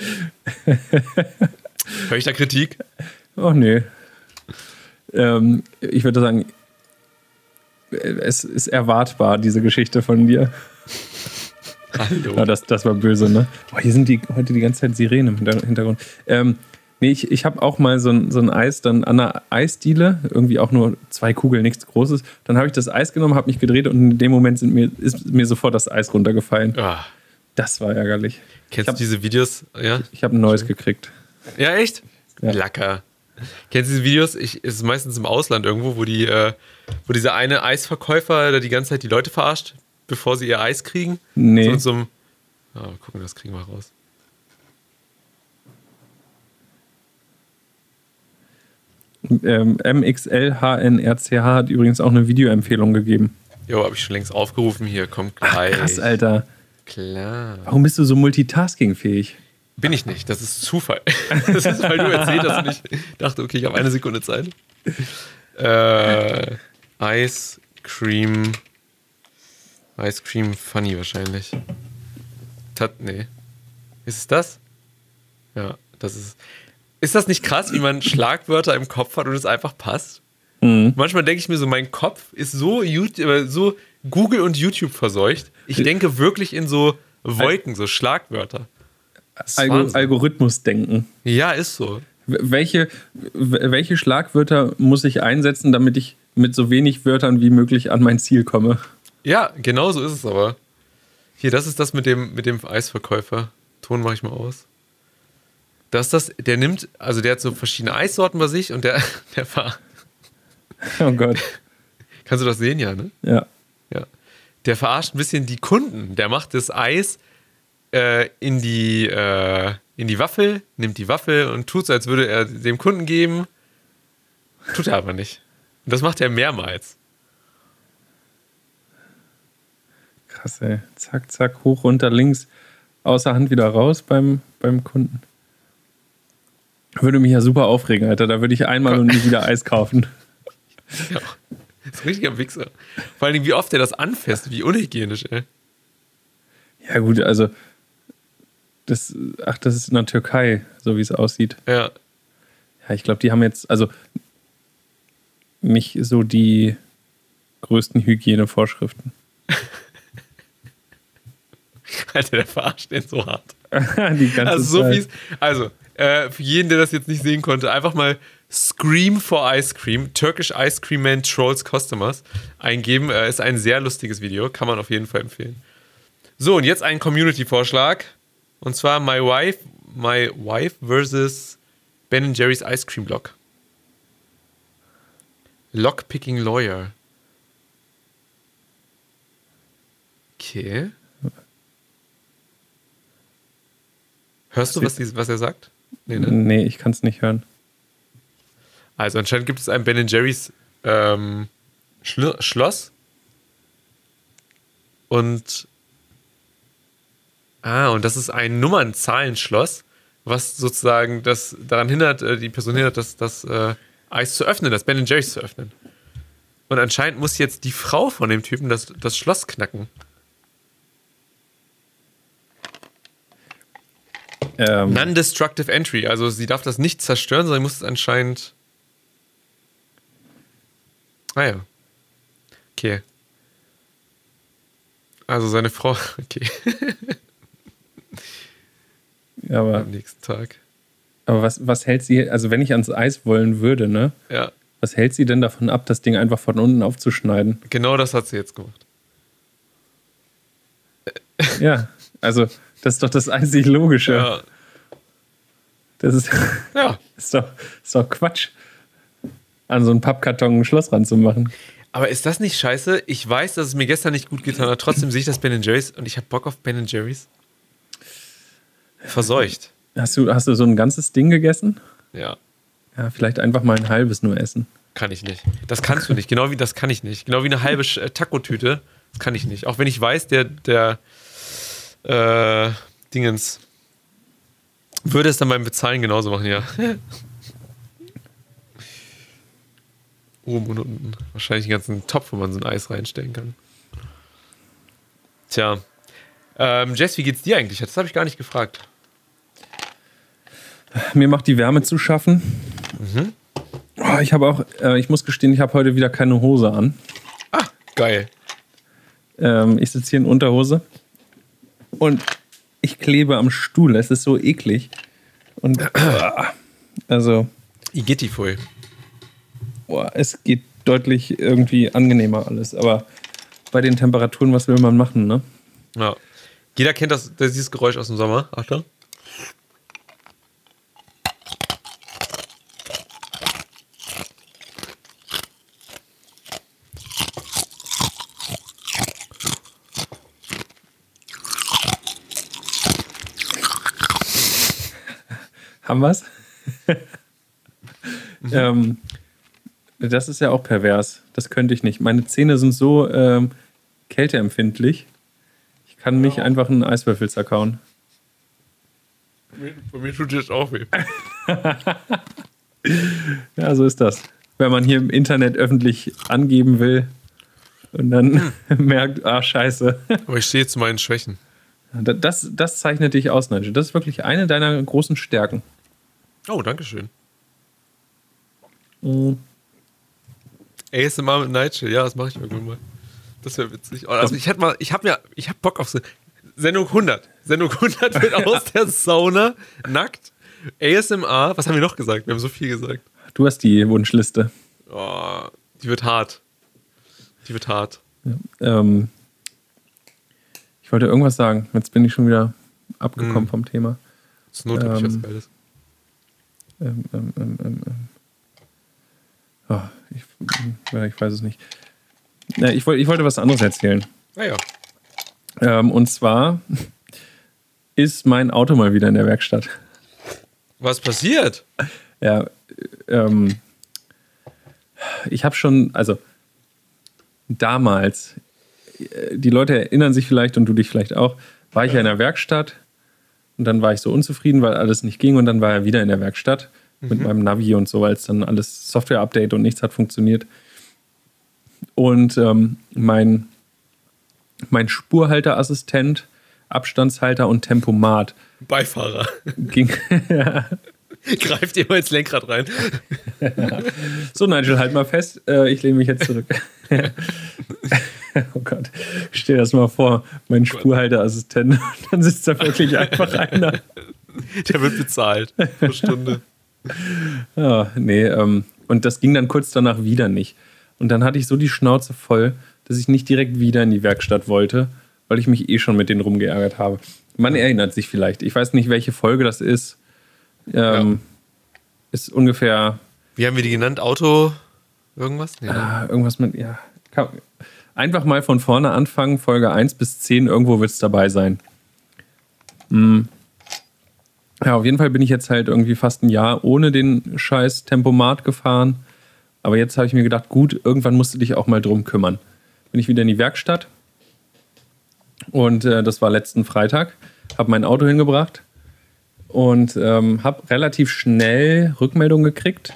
Hör ich da Kritik? Oh, nee. Ähm, ich würde sagen, es ist erwartbar, diese Geschichte von dir. Hallo. Ja, das, das war böse, ne? Boah, hier sind die, heute die ganze Zeit Sirenen im Hintergrund. Ähm, nee, ich, ich habe auch mal so ein, so ein Eis dann an einer Eisdiele, irgendwie auch nur zwei Kugeln, nichts Großes. Dann habe ich das Eis genommen, habe mich gedreht und in dem Moment sind mir, ist mir sofort das Eis runtergefallen. Ah. Das war ärgerlich. Kennst hab, du diese Videos? Ja? Ich habe ein neues gekriegt. Ja, echt? Ja. Lacker. Kennst du diese Videos? Ich, es ist meistens im Ausland irgendwo, wo, die, äh, wo dieser eine Eisverkäufer da die ganze Zeit die Leute verarscht, bevor sie ihr Eis kriegen. Nee. So in so einem, oh, mal gucken, das kriegen wir raus. Ähm, M X L H N R C H hat übrigens auch eine Videoempfehlung gegeben. Jo, habe ich schon längst aufgerufen. Hier, kommt gleich. Ach, krass, Alter. Klar. Warum bist du so multitaskingfähig? Bin ich nicht, das ist Zufall. Das ist, weil du erzählt hast und ich dachte, okay, ich habe eine Sekunde Zeit. Äh, Ice Cream. Ice Cream Funny wahrscheinlich. Tat, nee. Ist es das? Ja, das ist. Ist das nicht krass, wie man Schlagwörter im Kopf hat und es einfach passt? Mhm. Manchmal denke ich mir so, mein Kopf ist so, YouTube, so Google und YouTube verseucht. Ich denke wirklich in so Wolken, so Schlagwörter. Algo- Algorithmus-Denken. Ja, ist so. Welche, welche Schlagwörter muss ich einsetzen, damit ich mit so wenig Wörtern wie möglich an mein Ziel komme? Ja, genau so ist es aber. Hier, das ist das mit dem, mit dem Eisverkäufer. Ton mache ich mal aus. Das ist das, der nimmt, also der hat so verschiedene Eissorten bei sich und der, der war. Oh Gott. Kannst du das sehen, ja, ne? Ja. Ja. Der verarscht ein bisschen die Kunden. Der macht das Eis äh, in die, äh, in die Waffel, nimmt die Waffel und tut so, als würde er dem Kunden geben. Tut er aber nicht. Und das macht er mehrmals. Krass, ey. Zack, zack, hoch, runter, links, außer Hand wieder raus beim, beim Kunden. Würde mich ja super aufregen, Alter. Da würde ich einmal und nie wieder Eis kaufen. Ja, das ist ein richtiger Wichser. Vor allem, wie oft er das anfasst, wie unhygienisch, ey. Ja, gut, also. Das, ach, das ist in der Türkei, so wie es aussieht. Ja. Ja, ich glaube, die haben jetzt, also nicht so die größten Hygienevorschriften. Alter, der verarscht den so hart. Die ganze also, so Zeit. fies. Also, äh, für jeden, der das jetzt nicht sehen konnte, einfach mal Scream for Ice Cream, Turkish Ice Cream Man Trolls Customers eingeben. Äh, ist ein sehr lustiges Video, kann man auf jeden Fall empfehlen. So, und jetzt ein Community-Vorschlag. Und zwar My Wife, My Wife versus Ben Jerry's Ice Cream Block. Lockpicking Lawyer. Okay. Hörst du, was, die, was er sagt? Nee, ne? Nee, ich kann es nicht hören. Also anscheinend gibt es ein Ben Jerry's ähm, Schlo- Schloss. Und ah, und das ist ein Nummernzahlenschloss, was sozusagen das daran hindert, äh, die Person hindert, das, das äh, Eis zu öffnen, das Ben Jerry's zu öffnen. Und anscheinend muss jetzt die Frau von dem Typen das, das Schloss knacken. Ähm. Non-destructive Entry. Also sie darf das nicht zerstören, sondern muss es anscheinend... Ah ja. Okay. Also seine Frau... Okay. Ja, aber... Am nächsten Tag. Aber was, was hält sie... Also wenn ich ans Eis wollen würde, ne? Ja. Was hält sie denn davon ab, das Ding einfach von unten aufzuschneiden? Genau das hat sie jetzt gemacht. Ja, also... Das ist doch das einzig Logische. Ja. Das ist, ja. ist, doch, ist doch Quatsch, an so einen Pappkarton ein Schloss ranzumachen. Aber ist das nicht scheiße? Ich weiß, dass es mir gestern nicht gut getan hat. Trotzdem sehe ich das Ben Jerry's und ich habe Bock auf Ben Jerry's. Verseucht. Hast du, hast du so ein ganzes Ding gegessen? Ja. Ja, vielleicht einfach mal ein halbes nur essen. Kann ich nicht. Das kannst du nicht. Genau wie das kann ich nicht. Genau wie eine halbe äh, Taco-Tüte. Das kann ich nicht. Auch wenn ich weiß, der, der Äh, Dingens würde es dann beim Bezahlen genauso machen, ja. Oben und unten. Wahrscheinlich einen ganzen Topf, wo man so ein Eis reinstellen kann. Tja. Ähm, Jess, wie geht's dir eigentlich? Das habe ich gar nicht gefragt. Mir macht die Wärme zu schaffen. Mhm. Oh, ich habe auch, äh, ich muss gestehen, ich habe heute wieder keine Hose an. Ah, geil. Ähm, ich sitze hier in Unterhose. Und ich klebe am Stuhl. Es ist so eklig. Und also. Igitti voll. Boah, es geht deutlich irgendwie angenehmer alles. Aber bei den Temperaturen, was will man machen, ne? Ja. Jeder kennt das, dieses Geräusch aus dem Sommer. Achtung. Haben wir's? mhm. ähm, das ist ja auch pervers. Das könnte ich nicht. Meine Zähne sind so ähm, kälteempfindlich. Ich kann nicht wow. einfach einen Eiswürfel zerkauen. Bei mir tut das auch weh. Ja, so ist das. Wenn man hier im Internet öffentlich angeben will und dann merkt, ah, scheiße. Aber ich stehe zu meinen Schwächen. Das, das zeichnet dich aus, Nigel. Das ist wirklich eine deiner großen Stärken. Oh, danke schön. Mhm. A S M R mit Nigel, ja, das mache ich irgendwann mal. Das wäre witzig. Also ich hätte mal, ich habe mir, ich habe Bock auf so Sendung hundert. Sendung hundert wird aus der Sauna nackt. A S M R, was haben wir noch gesagt? Wir haben so viel gesagt. Du hast die Wunschliste. Oh, die wird hart. Die wird hart. Ja, ähm, ich wollte irgendwas sagen. Jetzt bin ich schon wieder abgekommen mm. vom Thema. Das ist notwendig, ähm, was Geiles. Ähm, ähm, ähm, ähm. Oh, ich, ja, ich weiß es nicht. Ja, ich, wollt, ich wollte was anderes erzählen. Ah ja. Ähm, und zwar ist mein Auto mal wieder in der Werkstatt. Was passiert? Ja, ähm, ich habe schon, also damals, die Leute erinnern sich vielleicht und du dich vielleicht auch, war ich ja in der Werkstatt und dann war ich so unzufrieden, weil alles nicht ging und dann war er wieder in der Werkstatt mhm. mit meinem Navi und so, weil es dann alles Software-Update und nichts hat funktioniert. Und ähm, mein, mein Spurhalterassistent, Abstandshalter und Tempomat. Beifahrer. Ging, ja. Greift immer ins Lenkrad rein. So, Nigel, halt mal fest. Äh, ich lehne mich jetzt zurück. Oh Gott, stell dir das mal vor, mein oh Spurhalterassistent. Dann sitzt da wirklich einfach einer. Der wird bezahlt pro Stunde. Ja, nee, ähm, und das ging dann kurz danach wieder nicht. Und dann hatte ich so die Schnauze voll, dass ich nicht direkt wieder in die Werkstatt wollte, weil ich mich eh schon mit denen rumgeärgert habe. Man erinnert sich vielleicht. Ich weiß nicht, welche Folge das ist. Ähm, ja. Ist ungefähr... Wie haben wir die genannt? Auto... Irgendwas? Nee, ah, irgendwas mit... Ja. Einfach mal von vorne anfangen. Folge eins bis zehn. Irgendwo wird es dabei sein. Mhm. Ja, auf jeden Fall bin ich jetzt halt irgendwie fast ein Jahr ohne den scheiß Tempomat gefahren. Aber jetzt habe ich mir gedacht, gut, irgendwann musst du dich auch mal drum kümmern. Bin ich wieder in die Werkstatt. Und äh, das war letzten Freitag. Habe mein Auto hingebracht. Und ähm, habe relativ schnell Rückmeldung gekriegt.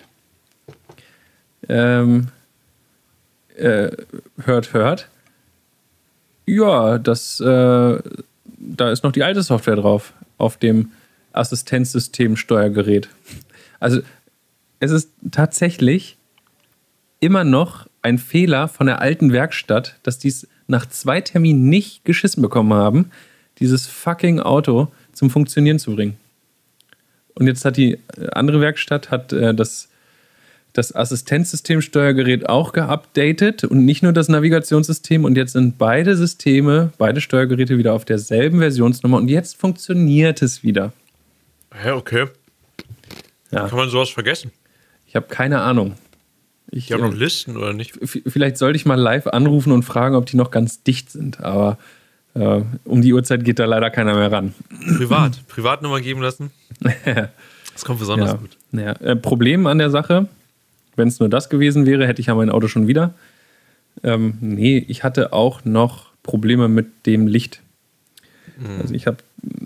Ähm, äh, hört, hört. Ja, das, äh, da ist noch die alte Software drauf. Auf dem Assistenzsystem Steuergerät. Also es ist tatsächlich immer noch ein Fehler von der alten Werkstatt, dass die es nach zwei Terminen nicht geschissen bekommen haben, dieses fucking Auto zum Funktionieren zu bringen. Und jetzt hat die andere Werkstatt hat äh, das, das Assistenzsystem Steuergerät auch geupdatet und nicht nur das Navigationssystem, und jetzt sind beide Systeme, beide Steuergeräte wieder auf derselben Versionsnummer und jetzt funktioniert es wieder. Ja, okay. Ja. Kann man sowas vergessen? Ich habe keine Ahnung. Ich, die haben noch Listen oder nicht? F- vielleicht sollte ich mal live anrufen und fragen, ob die noch ganz dicht sind. Aber äh, um die Uhrzeit geht da leider keiner mehr ran. Privat. Privatnummer geben lassen. Das kommt besonders ja. gut. Ja. Äh, Problem an der Sache, wenn es nur das gewesen wäre, hätte ich ja mein Auto schon wieder. Ähm, nee, ich hatte auch noch Probleme mit dem Licht. Mhm. Also ich habe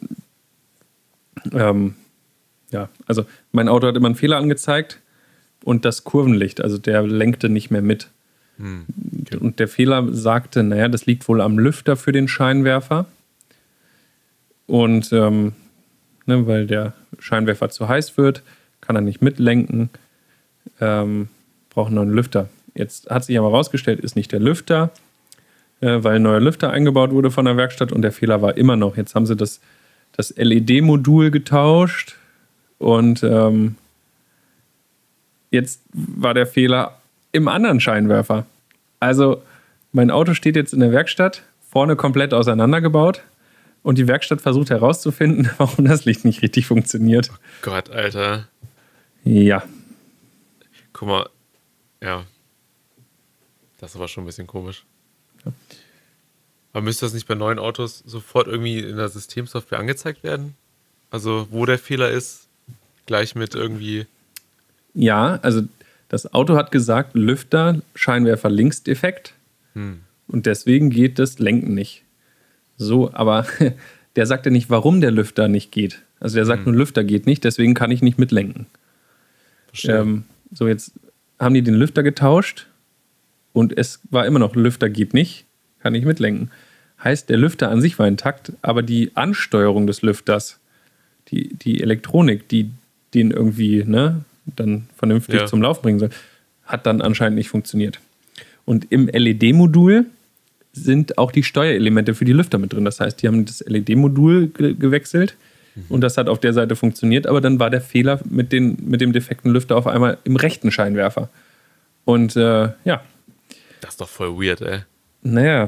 ähm, ja, also mein Auto hat immer einen Fehler angezeigt. Und das Kurvenlicht, also der lenkte nicht mehr mit. Hm, okay. Und der Fehler sagte, naja, das liegt wohl am Lüfter für den Scheinwerfer. Und ähm, ne, weil der Scheinwerfer zu heiß wird, kann er nicht mitlenken, ähm, braucht einen neuen Lüfter. Jetzt hat sich aber herausgestellt, ist nicht der Lüfter, äh, weil ein neuer Lüfter eingebaut wurde von der Werkstatt und der Fehler war immer noch. Jetzt haben sie das, das L E D-Modul getauscht und ähm, jetzt war der Fehler im anderen Scheinwerfer. Also mein Auto steht jetzt in der Werkstatt, vorne komplett auseinandergebaut und die Werkstatt versucht herauszufinden, warum das Licht nicht richtig funktioniert. Oh Gott, Alter. Ja. Guck mal, ja. Das ist aber schon ein bisschen komisch. Ja. Aber müsste das nicht bei neuen Autos sofort irgendwie in der Systemsoftware angezeigt werden? Also wo der Fehler ist, gleich mit irgendwie... Ja, also das Auto hat gesagt, Lüfter, Scheinwerfer links defekt. Hm. Und deswegen geht das Lenken nicht. So, aber der sagt ja nicht, warum der Lüfter nicht geht. Also der sagt hm. nur, Lüfter geht nicht, deswegen kann ich nicht mitlenken. Verstehe. Ähm, so, jetzt haben die den Lüfter getauscht und es war immer noch, Lüfter geht nicht, kann nicht mitlenken. Heißt, der Lüfter an sich war intakt, aber die Ansteuerung des Lüfters, die, die Elektronik, die den irgendwie, ne, dann vernünftig ja. zum Lauf bringen soll, hat dann anscheinend nicht funktioniert. Und im L E D-Modul sind auch die Steuerelemente für die Lüfter mit drin. Das heißt, die haben das L E D-Modul ge- gewechselt mhm. und das hat auf der Seite funktioniert, aber dann war der Fehler mit, den, mit dem defekten Lüfter auf einmal im rechten Scheinwerfer. Und äh, ja. Das ist doch voll weird, ey. Naja.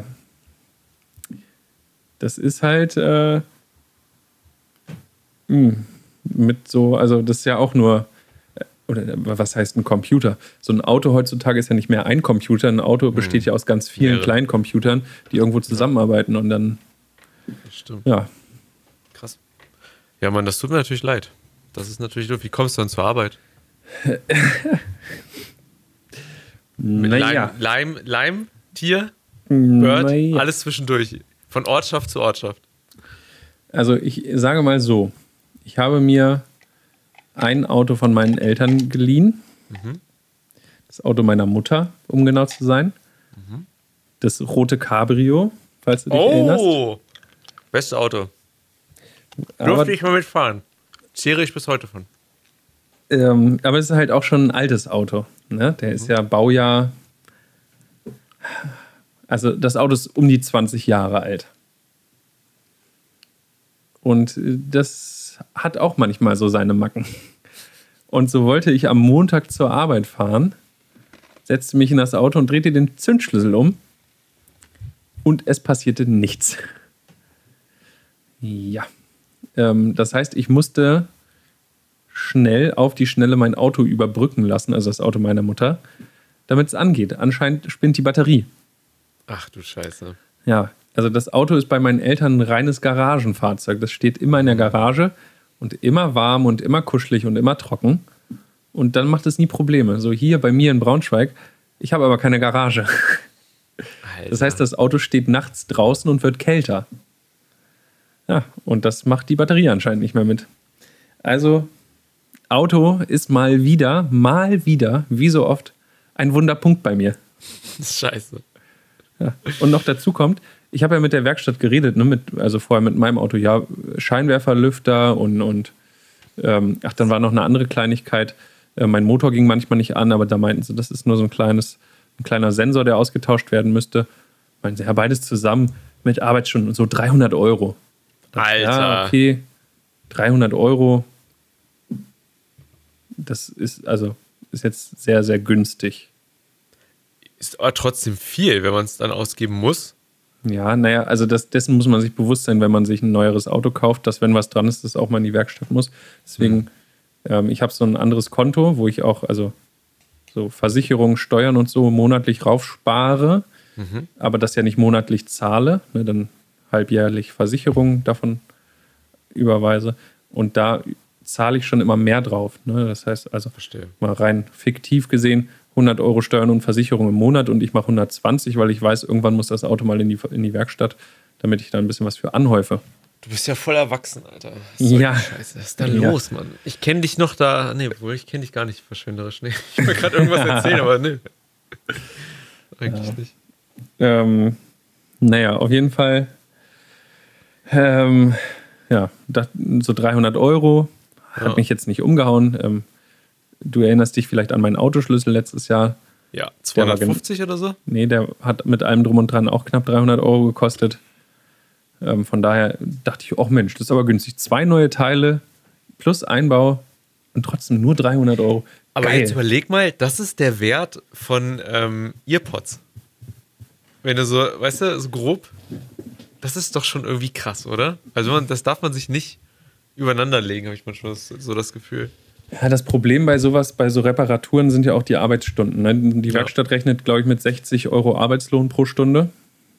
Das ist halt äh, mh, mit so, also das ist ja auch nur oder was heißt ein Computer? So ein Auto heutzutage ist ja nicht mehr ein Computer. Ein Auto besteht ja aus ganz vielen Mehrere. kleinen Computern, die irgendwo zusammenarbeiten und dann. Das stimmt. Ja. Krass. Ja, Mann, das tut mir natürlich leid. Das ist natürlich doof. Wie kommst du dann zur Arbeit? Mit naja. Leim, Leim, Leim, Tier, Bird, naja. alles zwischendurch. Von Ortschaft zu Ortschaft. Also ich sage mal so, ich habe mir ein Auto von meinen Eltern geliehen. Mhm. Das Auto meiner Mutter, um genau zu sein. Mhm. Das rote Cabrio, falls du dich oh, erinnerst. Oh, beste Auto. Durfte ich mal mitfahren. Zehre ich bis heute von. Ähm, aber es ist halt auch schon ein altes Auto. Ne? Der mhm. ist ja Baujahr... Also das Auto ist um die zwanzig Jahre alt. Und das hat auch manchmal so seine Macken. Und so wollte ich am Montag zur Arbeit fahren, setzte mich in das Auto und drehte den Zündschlüssel um. Und es passierte nichts. Ja. Ähm, das heißt, ich musste schnell auf die Schnelle mein Auto überbrücken lassen, also das Auto meiner Mutter, damit es angeht. Anscheinend spinnt die Batterie. Ach du Scheiße. Ja, also das Auto ist bei meinen Eltern ein reines Garagenfahrzeug. Das steht immer in der Garage und immer warm und immer kuschelig und immer trocken. Und dann macht es nie Probleme. So hier bei mir in Braunschweig, ich habe aber keine Garage. Alter. Das heißt, das Auto steht nachts draußen und wird kälter. Ja, und das macht die Batterie anscheinend nicht mehr mit. Also, Auto ist mal wieder, mal wieder, wie so oft, ein Wunderpunkt bei mir. Das ist scheiße. Ja. Und noch dazu kommt, ich habe ja mit der Werkstatt geredet, ne, mit, also vorher mit meinem Auto, ja, Scheinwerferlüfter und, und ähm, ach, dann war noch eine andere Kleinigkeit. Äh, mein Motor ging manchmal nicht an, aber da meinten sie, das ist nur so ein kleines, ein kleiner Sensor, der ausgetauscht werden müsste. Meinten sie, ja, beides zusammen mit Arbeitsstunden und so dreihundert Euro. Alter. Ja, okay, dreihundert Euro. Das ist also ist jetzt sehr, sehr günstig. Ist aber trotzdem viel, wenn man es dann ausgeben muss. Ja, naja, also das, dessen muss man sich bewusst sein, wenn man sich ein neueres Auto kauft, dass wenn was dran ist, das auch mal in die Werkstatt muss. Deswegen, mhm. ähm, ich habe so ein anderes Konto, wo ich auch also so Versicherungen, Steuern und so monatlich raufspare, mhm. aber das ja nicht monatlich zahle, ne, dann halbjährlich Versicherungen davon überweise und da zahle ich schon immer mehr drauf. Ne? Das heißt also, Verstehe. Mal rein fiktiv gesehen, hundert Euro Steuern und Versicherung im Monat und ich mache hundertzwanzig, weil ich weiß, irgendwann muss das Auto mal in die, in die Werkstatt, damit ich da ein bisschen was für anhäufe. Du bist ja voll erwachsen, Alter. Ja. Scheiße, was ist da ja. los, Mann? Ich kenne dich noch da, nee, wohl, ich kenne dich gar nicht verschwenderisch. Nee. Ich will gerade irgendwas erzählen, aber nee. Eigentlich ja. nicht. Ähm, naja, auf jeden Fall ähm, ja, das, so dreihundert Euro hat ja. mich jetzt nicht umgehauen. Ähm, du erinnerst dich vielleicht an meinen Autoschlüssel letztes Jahr. Ja, zweihundertfünfzig oder so? Nee, der hat mit allem drum und dran auch knapp dreihundert Euro gekostet. Ähm, von daher dachte ich, oh Mensch, das ist aber günstig. Zwei neue Teile plus Einbau und trotzdem nur dreihundert Euro. Aber Geil. Jetzt überleg mal, das ist der Wert von ähm, Earpods. Wenn du so, weißt du, so grob, das ist doch schon irgendwie krass, oder? Also man, das darf man sich nicht übereinander legen, habe ich manchmal so das Gefühl. Ja, das Problem bei sowas, bei so Reparaturen sind ja auch die Arbeitsstunden. Ne? Die Werkstatt ja. rechnet, glaube ich, mit sechzig Euro Arbeitslohn pro Stunde.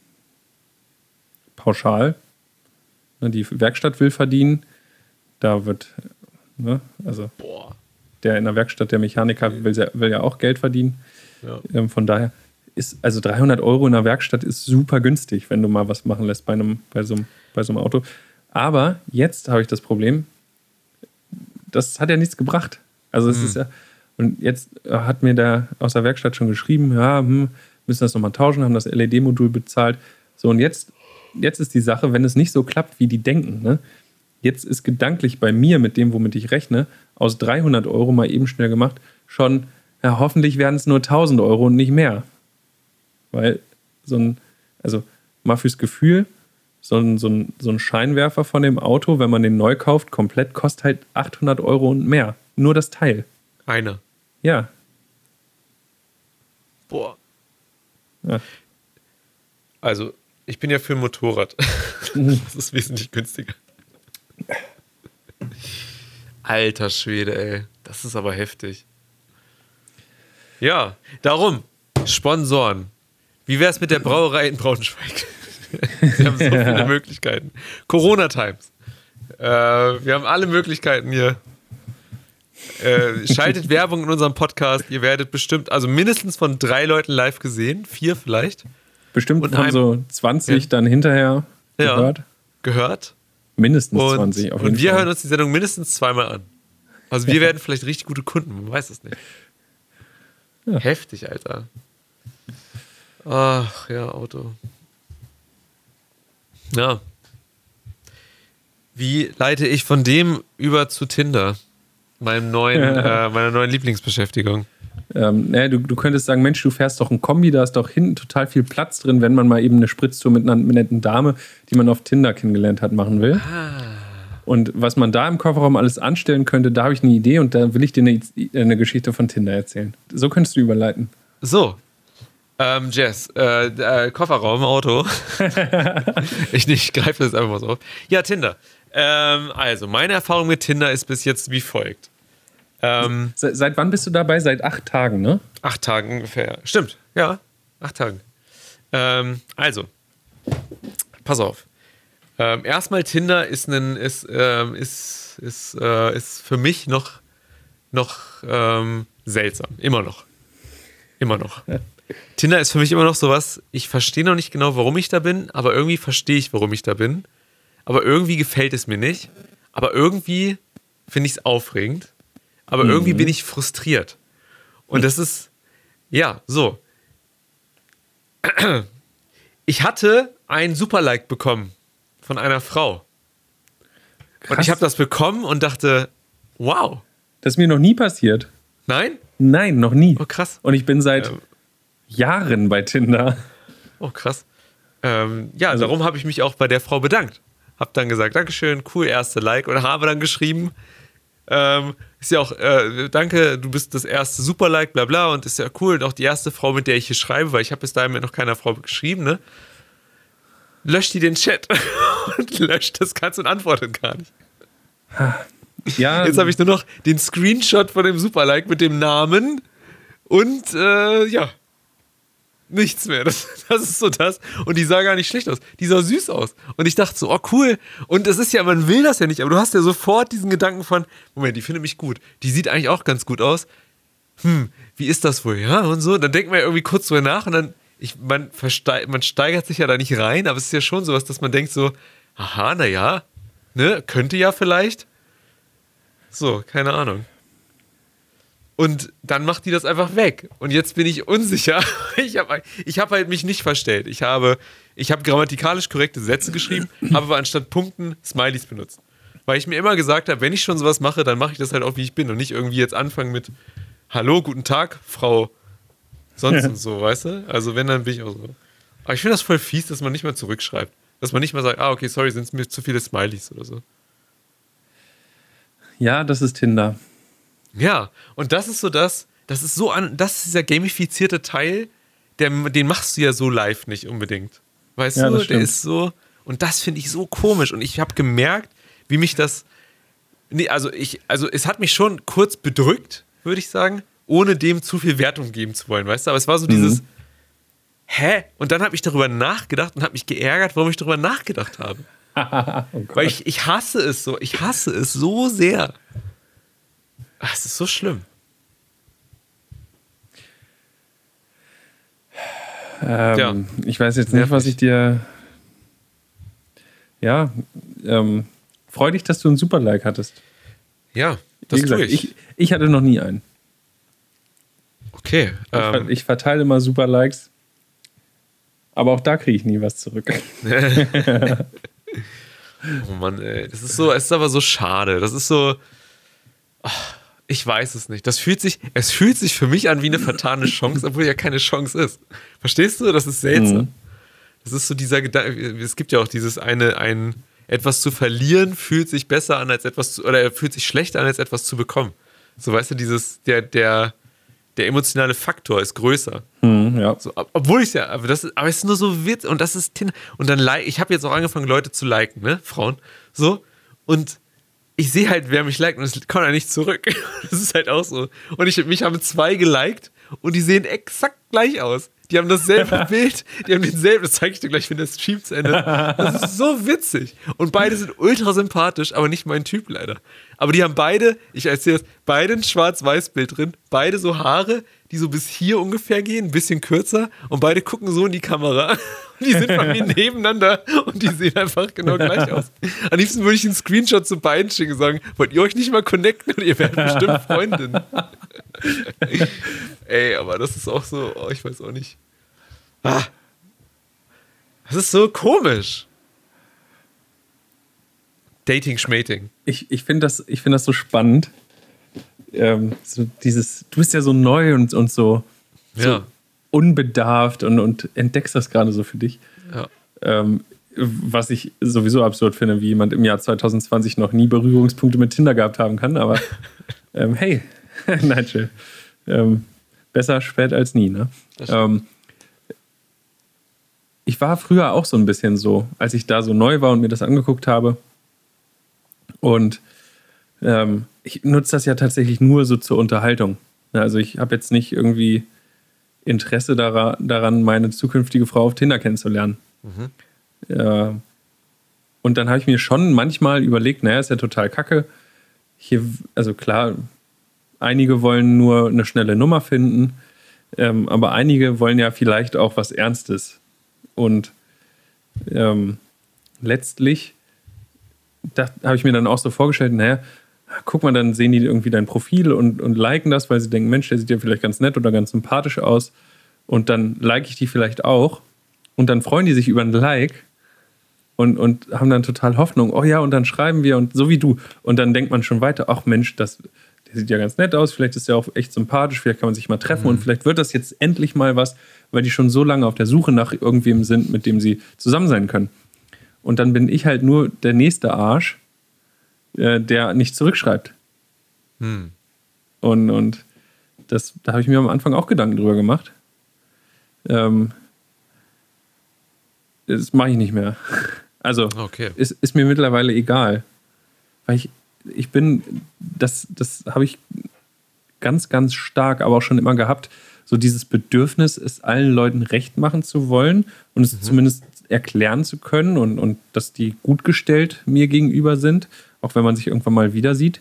Pauschal. Die Werkstatt will verdienen. Da wird, ne, also Boah. der in der Werkstatt, der Mechaniker, will, ja, will ja auch Geld verdienen. Ja. Ähm, von daher ist, also dreihundert Euro in der Werkstatt ist super günstig, wenn du mal was machen lässt bei einem, bei so einem, bei so einem Auto. Aber jetzt habe ich das Problem, das hat ja nichts gebracht. Also es mhm. ist ja, und jetzt hat mir der aus der Werkstatt schon geschrieben, ja, hm, müssen das nochmal tauschen, haben das L E D-Modul bezahlt. So, und jetzt, jetzt ist die Sache, wenn es nicht so klappt, wie die denken, ne? Jetzt ist gedanklich bei mir, mit dem, womit ich rechne, aus dreihundert Euro mal eben schnell gemacht, schon, ja, hoffentlich werden es nur tausend Euro und nicht mehr. Weil so ein, also mal fürs Gefühl, so ein, so ein, so ein Scheinwerfer von dem Auto, wenn man den neu kauft, komplett kostet halt achthundert Euro und mehr. Nur das Teil. Einer. Ja. Boah. Ja. Also, ich bin ja für ein Motorrad. Das ist wesentlich günstiger. Alter Schwede, ey. Das ist aber heftig. Ja, darum. Sponsoren. Wie wäre es mit der Brauerei in Braunschweig? Sie haben so viele Möglichkeiten. Corona Times. Äh, wir haben alle Möglichkeiten hier. Äh, schaltet Werbung in unserem Podcast. Ihr werdet bestimmt, also mindestens von drei Leuten live gesehen. Vier vielleicht. Bestimmt und von einem, so zwanzig ja. dann hinterher gehört. Ja, gehört. Mindestens und, zwanzig auf jeden Und wir Fall. hören uns die Sendung mindestens zweimal an. Also wir werden vielleicht richtig gute Kunden, man weiß es nicht. Ja. Heftig, Alter. Ach ja, Auto. Ja. Wie leite ich von dem über zu Tinder? Meinem neuen, äh, meiner neuen Lieblingsbeschäftigung. Ähm, naja, du, du könntest sagen, Mensch, du fährst doch ein Kombi, da ist doch hinten total viel Platz drin, wenn man mal eben eine Spritztour mit einer, mit einer Dame, die man auf Tinder kennengelernt hat, machen will. Ah. Und was man da im Kofferraum alles anstellen könnte, da habe ich eine Idee und da will ich dir eine, eine Geschichte von Tinder erzählen. So könntest du überleiten. So. Ähm, Jess, äh, äh, Kofferraum, Auto. ich ich greife das einfach mal so auf. Ja, Tinder. Ähm, also, meine Erfahrung mit Tinder ist bis jetzt wie folgt. Ähm, Se- seit wann bist du dabei? Seit acht Tagen, ne? Acht Tagen ungefähr. Stimmt, ja, acht Tagen. Ähm, also, pass auf. Ähm, erstmal Tinder ist ein, ist, ähm, ist, ist, äh, ist für mich noch, noch ähm, seltsam. Immer noch. Immer noch. Tinder ist für mich immer noch sowas, ich verstehe noch nicht genau, warum ich da bin, aber irgendwie verstehe ich, warum ich da bin. Aber irgendwie gefällt es mir nicht. Aber irgendwie finde ich es aufregend. Aber mhm. irgendwie bin ich frustriert. Und das ist, ja, so. Ich hatte ein Super-Like bekommen von einer Frau. Krass. Und ich habe das bekommen und dachte, wow. Das ist mir noch nie passiert. Nein? Nein, noch nie. Oh, krass. Und ich bin seit ähm, Jahren bei Tinder. Oh, krass. Ähm, ja, also, darum habe ich mich auch bei der Frau bedankt. Hab dann gesagt, Dankeschön, cool, erste Like. Und habe dann geschrieben, ähm, ist ja auch, äh, danke, du bist das erste Super-Like, bla bla. Und ist ja cool. Und auch die erste Frau, mit der ich hier schreibe, weil ich habe bis dahin mit noch keiner Frau geschrieben, ne? Löscht die den Chat und löscht das Ganze und antwortet gar nicht. Ja. Jetzt habe ich nur noch den Screenshot von dem Super-Like mit dem Namen und äh, ja, nichts mehr. Das, das ist so das. Und die sah gar nicht schlecht aus. Die sah süß aus. Und ich dachte so, oh cool. Und es ist ja, man will das ja nicht, aber du hast ja sofort diesen Gedanken von, Moment, die findet mich gut. Die sieht eigentlich auch ganz gut aus. Hm, wie ist das wohl? Ja, und so. Dann denkt man ja irgendwie kurz drüber nach und dann Ich, man, versteig, man steigert sich ja da nicht rein, aber es ist ja schon sowas, dass man denkt so, aha, naja, ne, könnte ja vielleicht. So, keine Ahnung. Und dann macht die das einfach weg. Und jetzt bin ich unsicher. Ich habe ich hab halt mich nicht verstellt. Ich habe, ich habe grammatikalisch korrekte Sätze geschrieben, habe aber anstatt Punkten Smileys benutzt. Weil ich mir immer gesagt habe, wenn ich schon sowas mache, dann mache ich das halt auch, wie ich bin. Und nicht irgendwie jetzt anfangen mit Hallo, guten Tag, Frau sonst und so, weißt du? Also wenn, dann bin ich auch so. Aber ich finde das voll fies, dass man nicht mal zurückschreibt. Dass man nicht mal sagt, ah, okay, sorry, sind es mir zu viele Smileys oder so. Ja, das ist Tinder. Ja, und das ist so das, das ist so an, das ist dieser gamifizierte Teil, der, den machst du ja so live nicht unbedingt. Weißt ja, du, der ist so, und das finde ich so komisch. Und ich habe gemerkt, wie mich das, nee, also ich, also es hat mich schon kurz bedrückt, würde ich sagen, ohne dem zu viel Wertung geben zu wollen, weißt du? Aber es war so dieses, mhm. hä? Und dann habe ich darüber nachgedacht und habe mich geärgert, warum ich darüber nachgedacht habe. oh Weil ich, ich hasse es so, ich hasse es so sehr. Ach, es ist so schlimm. Ähm, ja. Ich weiß jetzt nicht, was ich dir... Ja, ähm, freu dich, dass du einen Super-Like hattest. Ja, das Wie gesagt, tue ich. ich. Ich hatte noch nie einen. Okay. Ähm, ich verteile immer Super-Likes, aber auch da kriege ich nie was zurück. Oh Mann, ey. Das ist so, es ist aber so schade. Das ist so, ach, ich weiß es nicht. Das fühlt sich, es fühlt sich für mich an wie eine vertane Chance, obwohl ja keine Chance ist. Verstehst du? Das ist seltsam. Mhm. Das ist so dieser Gedanke, es gibt ja auch dieses eine, ein, etwas zu verlieren fühlt sich besser an als etwas zu, oder fühlt sich schlechter an als etwas zu bekommen. So, weißt du, dieses, der, der, der emotionale Faktor ist größer. Mhm, ja. So, obwohl ich es ja, aber das ist, aber es ist nur so Witz und das ist Tinder. Und dann like, ich habe jetzt auch angefangen, Leute zu liken, ne, Frauen, so, und ich sehe halt, wer mich liked und es kommt ja nicht zurück. Das ist halt auch so. Und ich, mich haben zwei geliked und die sehen exakt gleich aus. Die haben dasselbe Bild, die haben denselben, das zeige ich dir gleich, wenn der Stream zu Ende ist. Das ist so witzig. Und beide sind ultra sympathisch, aber nicht mein Typ leider. Aber die haben beide, ich erzähle das, beide ein Schwarz-Weiß-Bild drin, beide so Haare, die so bis hier ungefähr gehen, ein bisschen kürzer und beide gucken so in die Kamera. Und die sind von mir nebeneinander und die sehen einfach genau gleich aus. Am liebsten würde ich einen Screenshot zu beiden schicken und sagen, wollt ihr euch nicht mal connecten und ihr werdet bestimmt Freundin. Ey, aber das ist auch so, oh, ich weiß auch nicht. Ah, das ist so komisch. Dating, Schmating. Ich, ich finde das, ich find das so spannend. Ähm, so dieses, du bist ja so neu und, und so, so ja. unbedarft und, und entdeckst das gerade so für dich. Ja. Ähm, was ich sowieso absurd finde, wie jemand im Jahr zwanzig zwanzig noch nie Berührungspunkte mit Tinder gehabt haben kann. Aber ähm, hey, Nigel, ähm, besser spät als nie, ne? Ähm, ich war früher auch so ein bisschen so, als ich da so neu war und mir das angeguckt habe. Und ähm, ich nutze das ja tatsächlich nur so zur Unterhaltung. Also ich habe jetzt nicht irgendwie Interesse daran, meine zukünftige Frau auf Tinder kennenzulernen. Mhm. Ja. Und dann habe ich mir schon manchmal überlegt, naja, ist ja total kacke. Hier, also klar, einige wollen nur eine schnelle Nummer finden, ähm, aber einige wollen ja vielleicht auch was Ernstes. Und ähm, letztlich habe ich mir dann auch so vorgestellt, naja, guck mal, dann sehen die irgendwie dein Profil und, und liken das, weil sie denken, Mensch, der sieht ja vielleicht ganz nett oder ganz sympathisch aus. Und dann like ich die vielleicht auch. Und dann freuen die sich über ein Like und, und haben dann total Hoffnung. Oh ja, und dann schreiben wir und so wie du. Und dann denkt man schon weiter, ach Mensch, das, der sieht ja ganz nett aus. Vielleicht ist der auch echt sympathisch. Vielleicht kann man sich mal treffen. Mhm. Und vielleicht wird das jetzt endlich mal was, weil die schon so lange auf der Suche nach irgendwem sind, mit dem sie zusammen sein können. Und dann bin ich halt nur der nächste Arsch, äh, der nicht zurückschreibt. Hm. Und, und das, da habe ich mir am Anfang auch Gedanken drüber gemacht. Ähm, das mache ich nicht mehr. Also, okay. ist, ist mir mittlerweile egal. Weil ich, ich bin, das, das habe ich ganz, ganz stark, aber auch schon immer gehabt, so dieses Bedürfnis, es allen Leuten recht machen zu wollen und es mhm. zumindest erklären zu können und, und dass die gut gestellt mir gegenüber sind, auch wenn man sich irgendwann mal wieder sieht.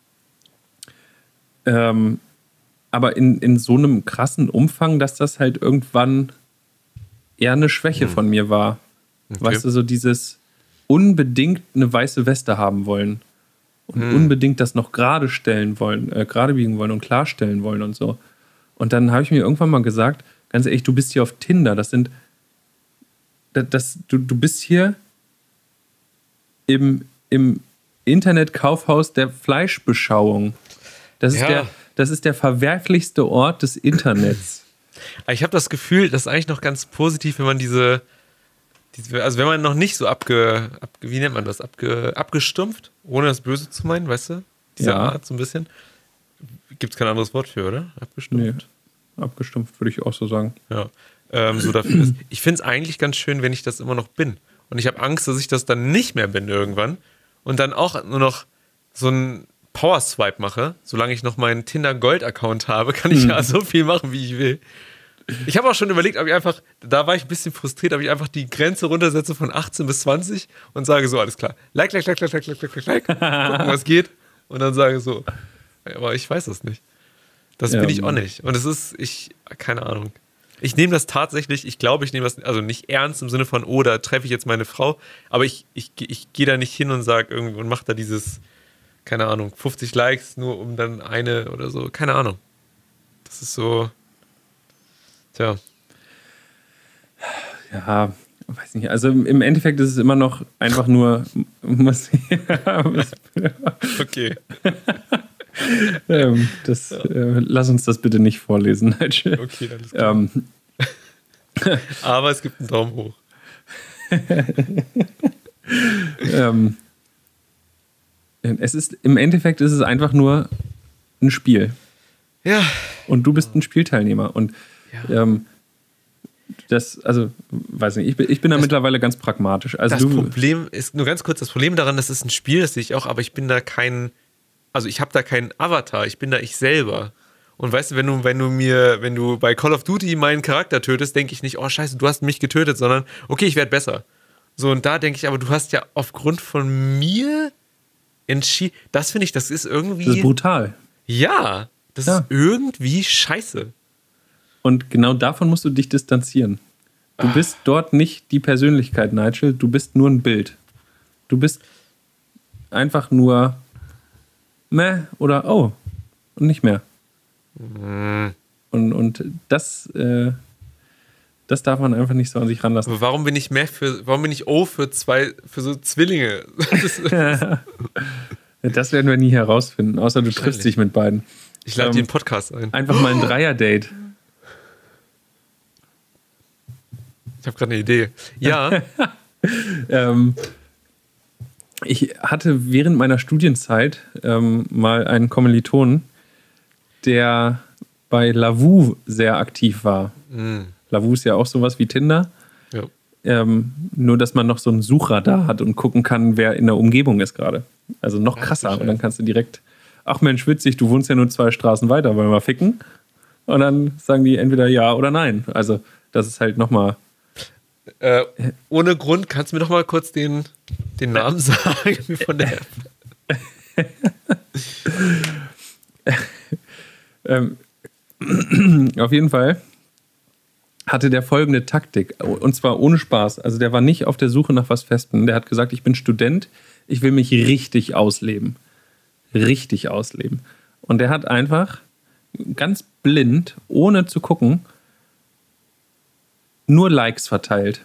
Ähm, aber in, in so einem krassen Umfang, dass das halt irgendwann eher eine Schwäche mhm. von mir war. Okay. Weißt du, so dieses unbedingt eine weiße Weste haben wollen und mhm. unbedingt das noch gerade stellen wollen, äh, gerade biegen wollen und klarstellen wollen und so. Und dann habe ich mir irgendwann mal gesagt, ganz ehrlich, du bist hier auf Tinder, das sind das, das, du, du bist hier im, im Internetkaufhaus der Fleischbeschauung. Das ist, ja. der, das ist der verwerflichste Ort des Internets. Ich habe das Gefühl, das ist eigentlich noch ganz positiv, wenn man diese, diese also wenn man noch nicht so abge, abge wie nennt man das, abge, abgestumpft, ohne das Böse zu meinen, weißt du? Diese ja. Art so ein bisschen. Gibt es kein anderes Wort für, oder? Abgestumpft? Nee, abgestumpft würde ich auch so sagen. Ja, ähm, so dafür ist. Ich finde es eigentlich ganz schön, wenn ich das immer noch bin. Und ich habe Angst, dass ich das dann nicht mehr bin irgendwann und dann auch nur noch so ein Power-Swipe mache. Solange ich noch meinen Tinder-Gold-Account habe, kann ich hm. ja so viel machen, wie ich will. Ich habe auch schon überlegt, ob ich einfach, da war ich ein bisschen frustriert, ob ich einfach die Grenze runtersetze von achtzehn bis zwanzig und sage so, alles klar, like, like, like, like, like, like, like, like, gucken, was geht. Und dann sage so, aber ich weiß das nicht. Das ja, bin ich auch nicht. Und es ist, ich, keine Ahnung. Ich nehme das tatsächlich, ich glaube, ich nehme das, also nicht ernst im Sinne von, oh, da treffe ich jetzt meine Frau, aber ich, ich, ich gehe da nicht hin und sage irgendwie und mache da dieses, keine Ahnung, fünfzig Likes nur um dann eine oder so, keine Ahnung. Das ist so, tja. Ja, weiß nicht, also im Endeffekt ist es immer noch einfach nur, okay. ähm, das, ja. äh, lass uns das bitte nicht vorlesen, Nigel. Okay, dann ist klar. Ähm. Aber es gibt einen Daumen hoch. ähm, es ist, im Endeffekt ist es einfach nur ein Spiel. Ja. Und du bist ein Spielteilnehmer. Und ja. ähm, das, also, weiß nicht, ich bin, ich bin da das, mittlerweile ganz pragmatisch. Also das du, Problem ist, nur ganz kurz, das Problem daran, das ist ein Spiel, das sehe ich auch, aber ich bin da kein, also ich habe da keinen Avatar, ich bin da ich selber. Und weißt du, wenn du, wenn du mir, wenn du bei Call of Duty meinen Charakter tötest, denke ich nicht, oh scheiße, du hast mich getötet, sondern okay, ich werde besser. So, und da denke ich, aber du hast ja aufgrund von mir entschieden, das finde ich, das ist irgendwie... Das ist brutal. Ja, das ja. ist irgendwie scheiße. Und genau davon musst du dich distanzieren. Du Ach. bist dort nicht die Persönlichkeit, Nigel, du bist nur ein Bild. Du bist einfach nur meh oder oh und nicht mehr. Mhm. Und, und das, äh, das darf man einfach nicht so an sich ranlassen. Aber warum bin ich mehr für, warum bin ich O für zwei, für so Zwillinge? Das, das werden wir nie herausfinden, außer du triffst dich mit beiden. Ich lade ähm, dir einen Podcast ein. Einfach mal ein Dreier-Date. Ich habe gerade eine Idee. Ja, ähm, ich hatte während meiner Studienzeit ähm, mal einen Kommilitonen, der bei Lavu sehr aktiv war. Mm. Lavu ist ja auch sowas wie Tinder. Ja. Ähm, nur, dass man noch so einen Suchradar hat und gucken kann, wer in der Umgebung ist gerade. Also noch krasser. Und dann kannst du direkt, ach Mensch, witzig, du wohnst ja nur zwei Straßen weiter, wollen wir mal ficken? Und dann sagen die entweder ja oder nein. Also das ist halt nochmal... Äh, ohne Grund, kannst du mir doch mal kurz den, den Namen sagen von der App? ähm, auf jeden Fall hatte der folgende Taktik, und zwar ohne Spaß. Also der war nicht auf der Suche nach was Festem. Der hat gesagt, ich bin Student, ich will mich richtig ausleben. Richtig ausleben. Und der hat einfach ganz blind, ohne zu gucken, nur Likes verteilt.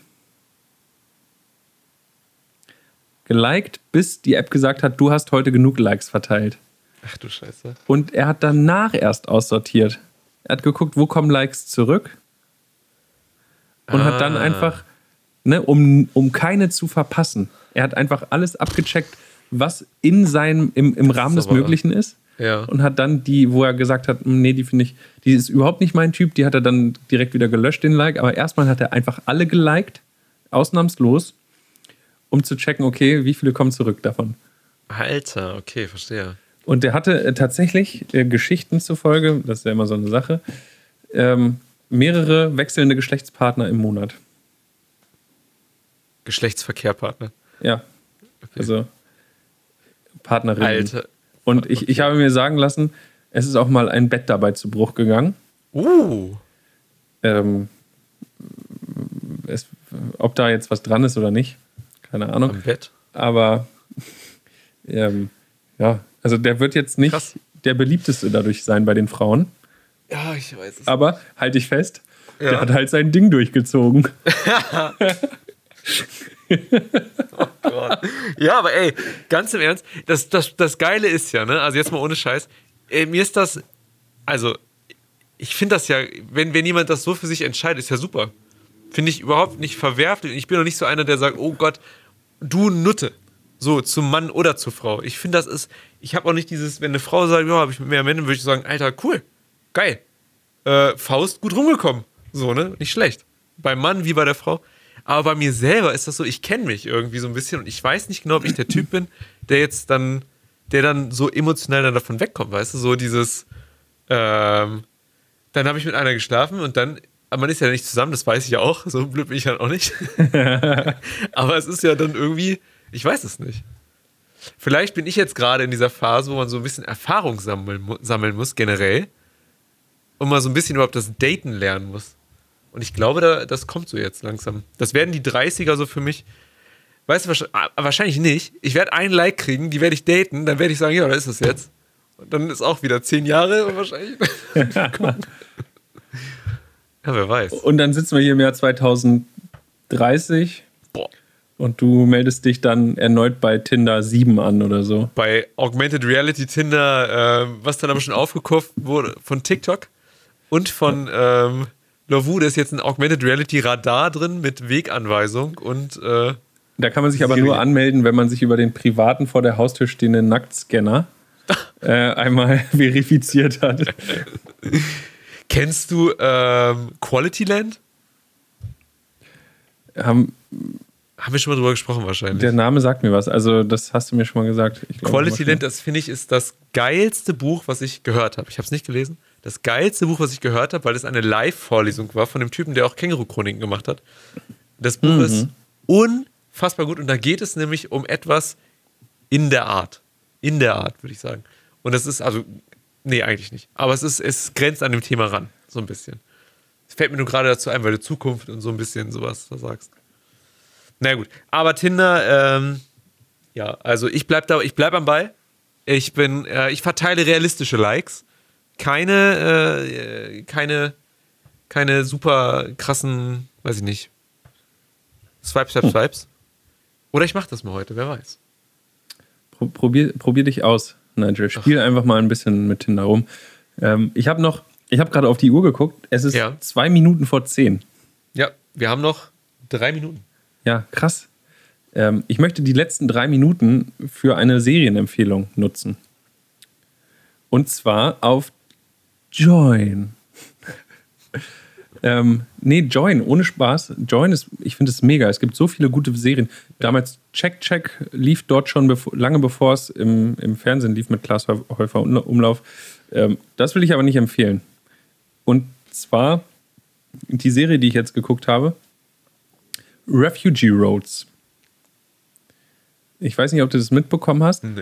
Geliked, bis die App gesagt hat, du hast heute genug Likes verteilt. Ach du Scheiße. Und er hat danach erst aussortiert. Er hat geguckt, wo kommen Likes zurück und ah. hat dann einfach, ne, um, um keine zu verpassen, er hat einfach alles abgecheckt, was in seinem, im, im Rahmen des Möglichen ist. Ja. Und hat dann die, wo er gesagt hat, nee, die finde ich, die ist überhaupt nicht mein Typ, die hat er dann direkt wieder gelöscht, den Like. Aber erstmal hat er einfach alle geliked, ausnahmslos, um zu checken, okay, wie viele kommen zurück davon. Alter, okay, verstehe. Und der hatte äh, tatsächlich äh, Geschichten zufolge, das ist ja immer so eine Sache, ähm, mehrere wechselnde Geschlechtspartner im Monat. Geschlechtsverkehrpartner? Ja, okay. Also Partnerinnen. Alter. Und ich, okay. ich habe mir sagen lassen, es ist auch mal ein Bett dabei zu Bruch gegangen. Uh. Ähm, es, ob da jetzt was dran ist oder nicht, keine Ahnung. Am Bett? Aber ähm, ja, also der wird jetzt nicht Krass. der beliebteste dadurch sein bei den Frauen. Ja, ich weiß es. Aber halte ich fest, ja. der hat halt sein Ding durchgezogen. Oh Gott. Ja, aber ey, ganz im Ernst, das, das, das Geile ist ja, ne, also jetzt mal ohne Scheiß, ey, mir ist das, also ich finde das ja, wenn, wenn jemand das so für sich entscheidet, ist ja super. Finde ich überhaupt nicht verwerflich. Ich bin doch nicht so einer, der sagt, oh Gott, du Nutte. So, zum Mann oder zur Frau. Ich finde, das ist, ich habe auch nicht dieses, wenn eine Frau sagt, ja, habe ich mit mehr Männern, würde ich sagen, Alter, cool, geil. Äh, Faust, gut rumgekommen. So, ne, nicht schlecht. Beim Mann wie bei der Frau. Aber bei mir selber ist das so, ich kenne mich irgendwie so ein bisschen und ich weiß nicht genau, ob ich der Typ bin, der jetzt dann, der dann so emotional dann davon wegkommt, weißt du, so dieses, ähm, dann habe ich mit einer geschlafen und dann, aber man ist ja nicht zusammen, das weiß ich ja auch, so blöd bin ich halt auch nicht. Aber es ist ja dann irgendwie, ich weiß es nicht. Vielleicht bin ich jetzt gerade in dieser Phase, wo man so ein bisschen Erfahrung sammeln, sammeln muss, generell, und mal so ein bisschen überhaupt das Daten lernen muss. Und ich glaube, da, das kommt so jetzt langsam. Das werden die dreißiger so für mich. Weißt du, wahrscheinlich nicht. Ich werde ein Like kriegen, die werde ich daten, dann werde ich sagen, ja, da ist es jetzt. Und dann ist auch wieder zehn Jahre wahrscheinlich. Ja, wer weiß. Und dann sitzen wir hier im Jahr zweitausenddreißig. Boah. Und du meldest dich dann erneut bei Tinder sieben an oder so. Bei Augmented Reality Tinder, äh, was dann aber schon aufgekauft wurde von TikTok und von ähm, Lavu, da ist jetzt ein Augmented Reality Radar drin mit Weganweisung und äh, da kann man sich aber Serie. nur anmelden, wenn man sich über den privaten vor der Haustür stehenden Nacktscanner äh, einmal verifiziert hat. Kennst du ähm, Quality Land? Haben, Haben wir schon mal drüber gesprochen wahrscheinlich. Der Name sagt mir was, also das hast du mir schon mal gesagt. Ich glaub, Quality Land, das finde ich, ist das geilste Buch, was ich gehört habe. Ich habe es nicht gelesen. Das geilste Buch, was ich gehört habe, weil es eine Live-Vorlesung war von dem Typen, der auch Känguru-Chroniken gemacht hat. Das Buch mhm. ist unfassbar gut und da geht es nämlich um etwas in der Art. In der Art, würde ich sagen. Und das ist, also, nee, eigentlich nicht. Aber es ist, es grenzt an dem Thema ran, so ein bisschen. Es fällt mir nur gerade dazu ein, weil du Zukunft und so ein bisschen sowas da sagst. Na gut, aber Tinder, ähm, ja, also ich bleib da, ich bleib am Ball. Ich bin, äh, ich verteile realistische Likes. Keine, äh, keine, keine super krassen, weiß ich nicht, Swipe, Swipe, Swipes. Oder ich mach das mal heute, wer weiß. Probier, probier dich aus, Nigel. Spiel Ach. einfach mal ein bisschen mit Tinder rum. Ähm, ich habe noch, ich habe gerade auf die Uhr geguckt. Es ist ja. zwei Minuten vor zehn. Ja, wir haben noch drei Minuten. Ja, krass. Ähm, ich möchte die letzten drei Minuten für eine Serienempfehlung nutzen. Und zwar auf Join. ähm, nee, Join, ohne Spaß. Join ist, ich finde es mega. Es gibt so viele gute Serien. Damals Check Check lief dort schon bevor, lange bevor es im, im Fernsehen lief mit Klaas Häufer Umlauf. Ähm, das will ich aber nicht empfehlen. Und zwar die Serie, die ich jetzt geguckt habe, Refugee Roads. Ich weiß nicht, ob du das mitbekommen hast. Nee.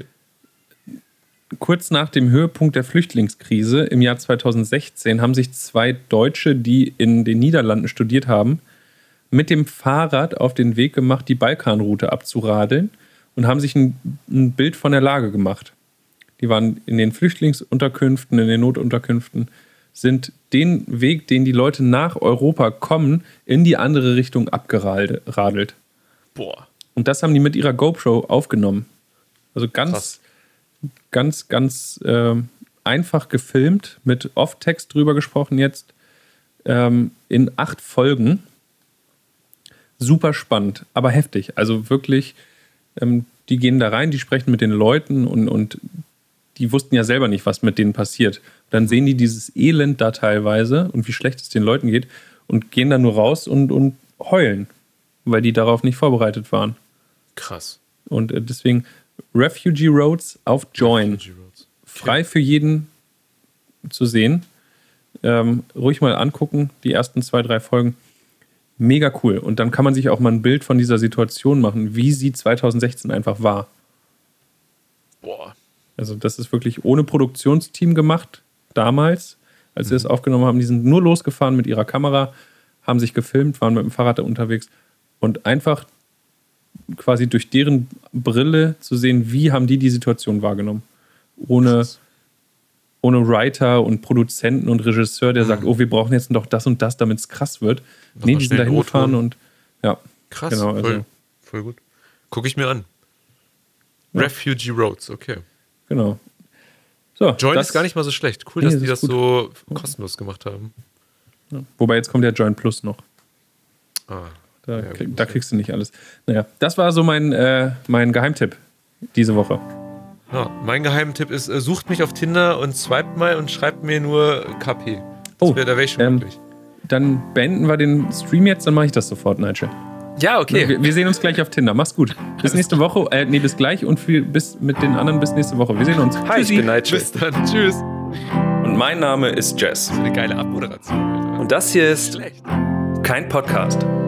Kurz nach dem Höhepunkt der Flüchtlingskrise im Jahr zweitausendsechzehn haben sich zwei Deutsche, die in den Niederlanden studiert haben, mit dem Fahrrad auf den Weg gemacht, die Balkanroute abzuradeln und haben sich ein, ein Bild von der Lage gemacht. Die waren in den Flüchtlingsunterkünften, in den Notunterkünften, sind den Weg, den die Leute nach Europa kommen, in die andere Richtung abgeradelt. Boah. Und das haben die mit ihrer GoPro aufgenommen. Also ganz, Krass. ganz, ganz äh, einfach gefilmt, mit Off-Text drüber gesprochen jetzt, ähm, in acht Folgen. Super spannend, aber heftig. Also wirklich, ähm, die gehen da rein, die sprechen mit den Leuten und, und die wussten ja selber nicht, was mit denen passiert. Dann sehen die dieses Elend da teilweise und wie schlecht es den Leuten geht und gehen dann nur raus und, und heulen, weil die darauf nicht vorbereitet waren. Krass. Und äh, deswegen Refugee Roads auf Join. Refugee Roads. Okay. Frei für jeden zu sehen. Ähm, ruhig mal angucken, die ersten zwei, drei Folgen. Mega cool. Und dann kann man sich auch mal ein Bild von dieser Situation machen, wie sie zweitausendsechzehn einfach war. Boah. Also das ist wirklich ohne Produktionsteam gemacht, damals, als mhm. sie das aufgenommen haben. Die sind nur losgefahren mit ihrer Kamera, haben sich gefilmt, waren mit dem Fahrrad unterwegs und einfach quasi durch deren Brille zu sehen, wie haben die die Situation wahrgenommen. Ohne, ohne Writer und Produzenten und Regisseur, der mhm. sagt, oh, wir brauchen jetzt noch das und das, damit es krass wird. Noch nee, die sind da hingefahren und ja. Krass, genau, voll, also, voll gut. Gucke ich mir an. Ja. Refugee Roads, okay. Genau. So, Join das ist gar nicht mal so schlecht. Cool, nee, dass die das das gut. so kostenlos gemacht haben. Ja. Wobei, jetzt kommt der Join Plus noch. Ah, da, ja, krieg, da kriegst du nicht alles. Naja, das war so mein, äh, mein Geheimtipp diese Woche. Ja, mein Geheimtipp ist, äh, sucht mich auf Tinder und swipet mal und schreibt mir nur K P. Das oh, wär, da wäre ich schon ähm, glücklich. Dann beenden wir den Stream jetzt, dann mache ich das sofort, Nigel. Ja, okay. Wir, wir sehen uns gleich auf Tinder. Mach's gut. Bis nächste Woche. Äh, nee, bis gleich und viel, bis mit den anderen bis nächste Woche. Wir sehen uns. Hi, Tschüssi. ich bin Nigel. Bis dann. Tschüss. Und mein Name ist Jess. Das ist eine geile Abmoderation. Alter. Und das hier ist Schlecht. kein Podcast.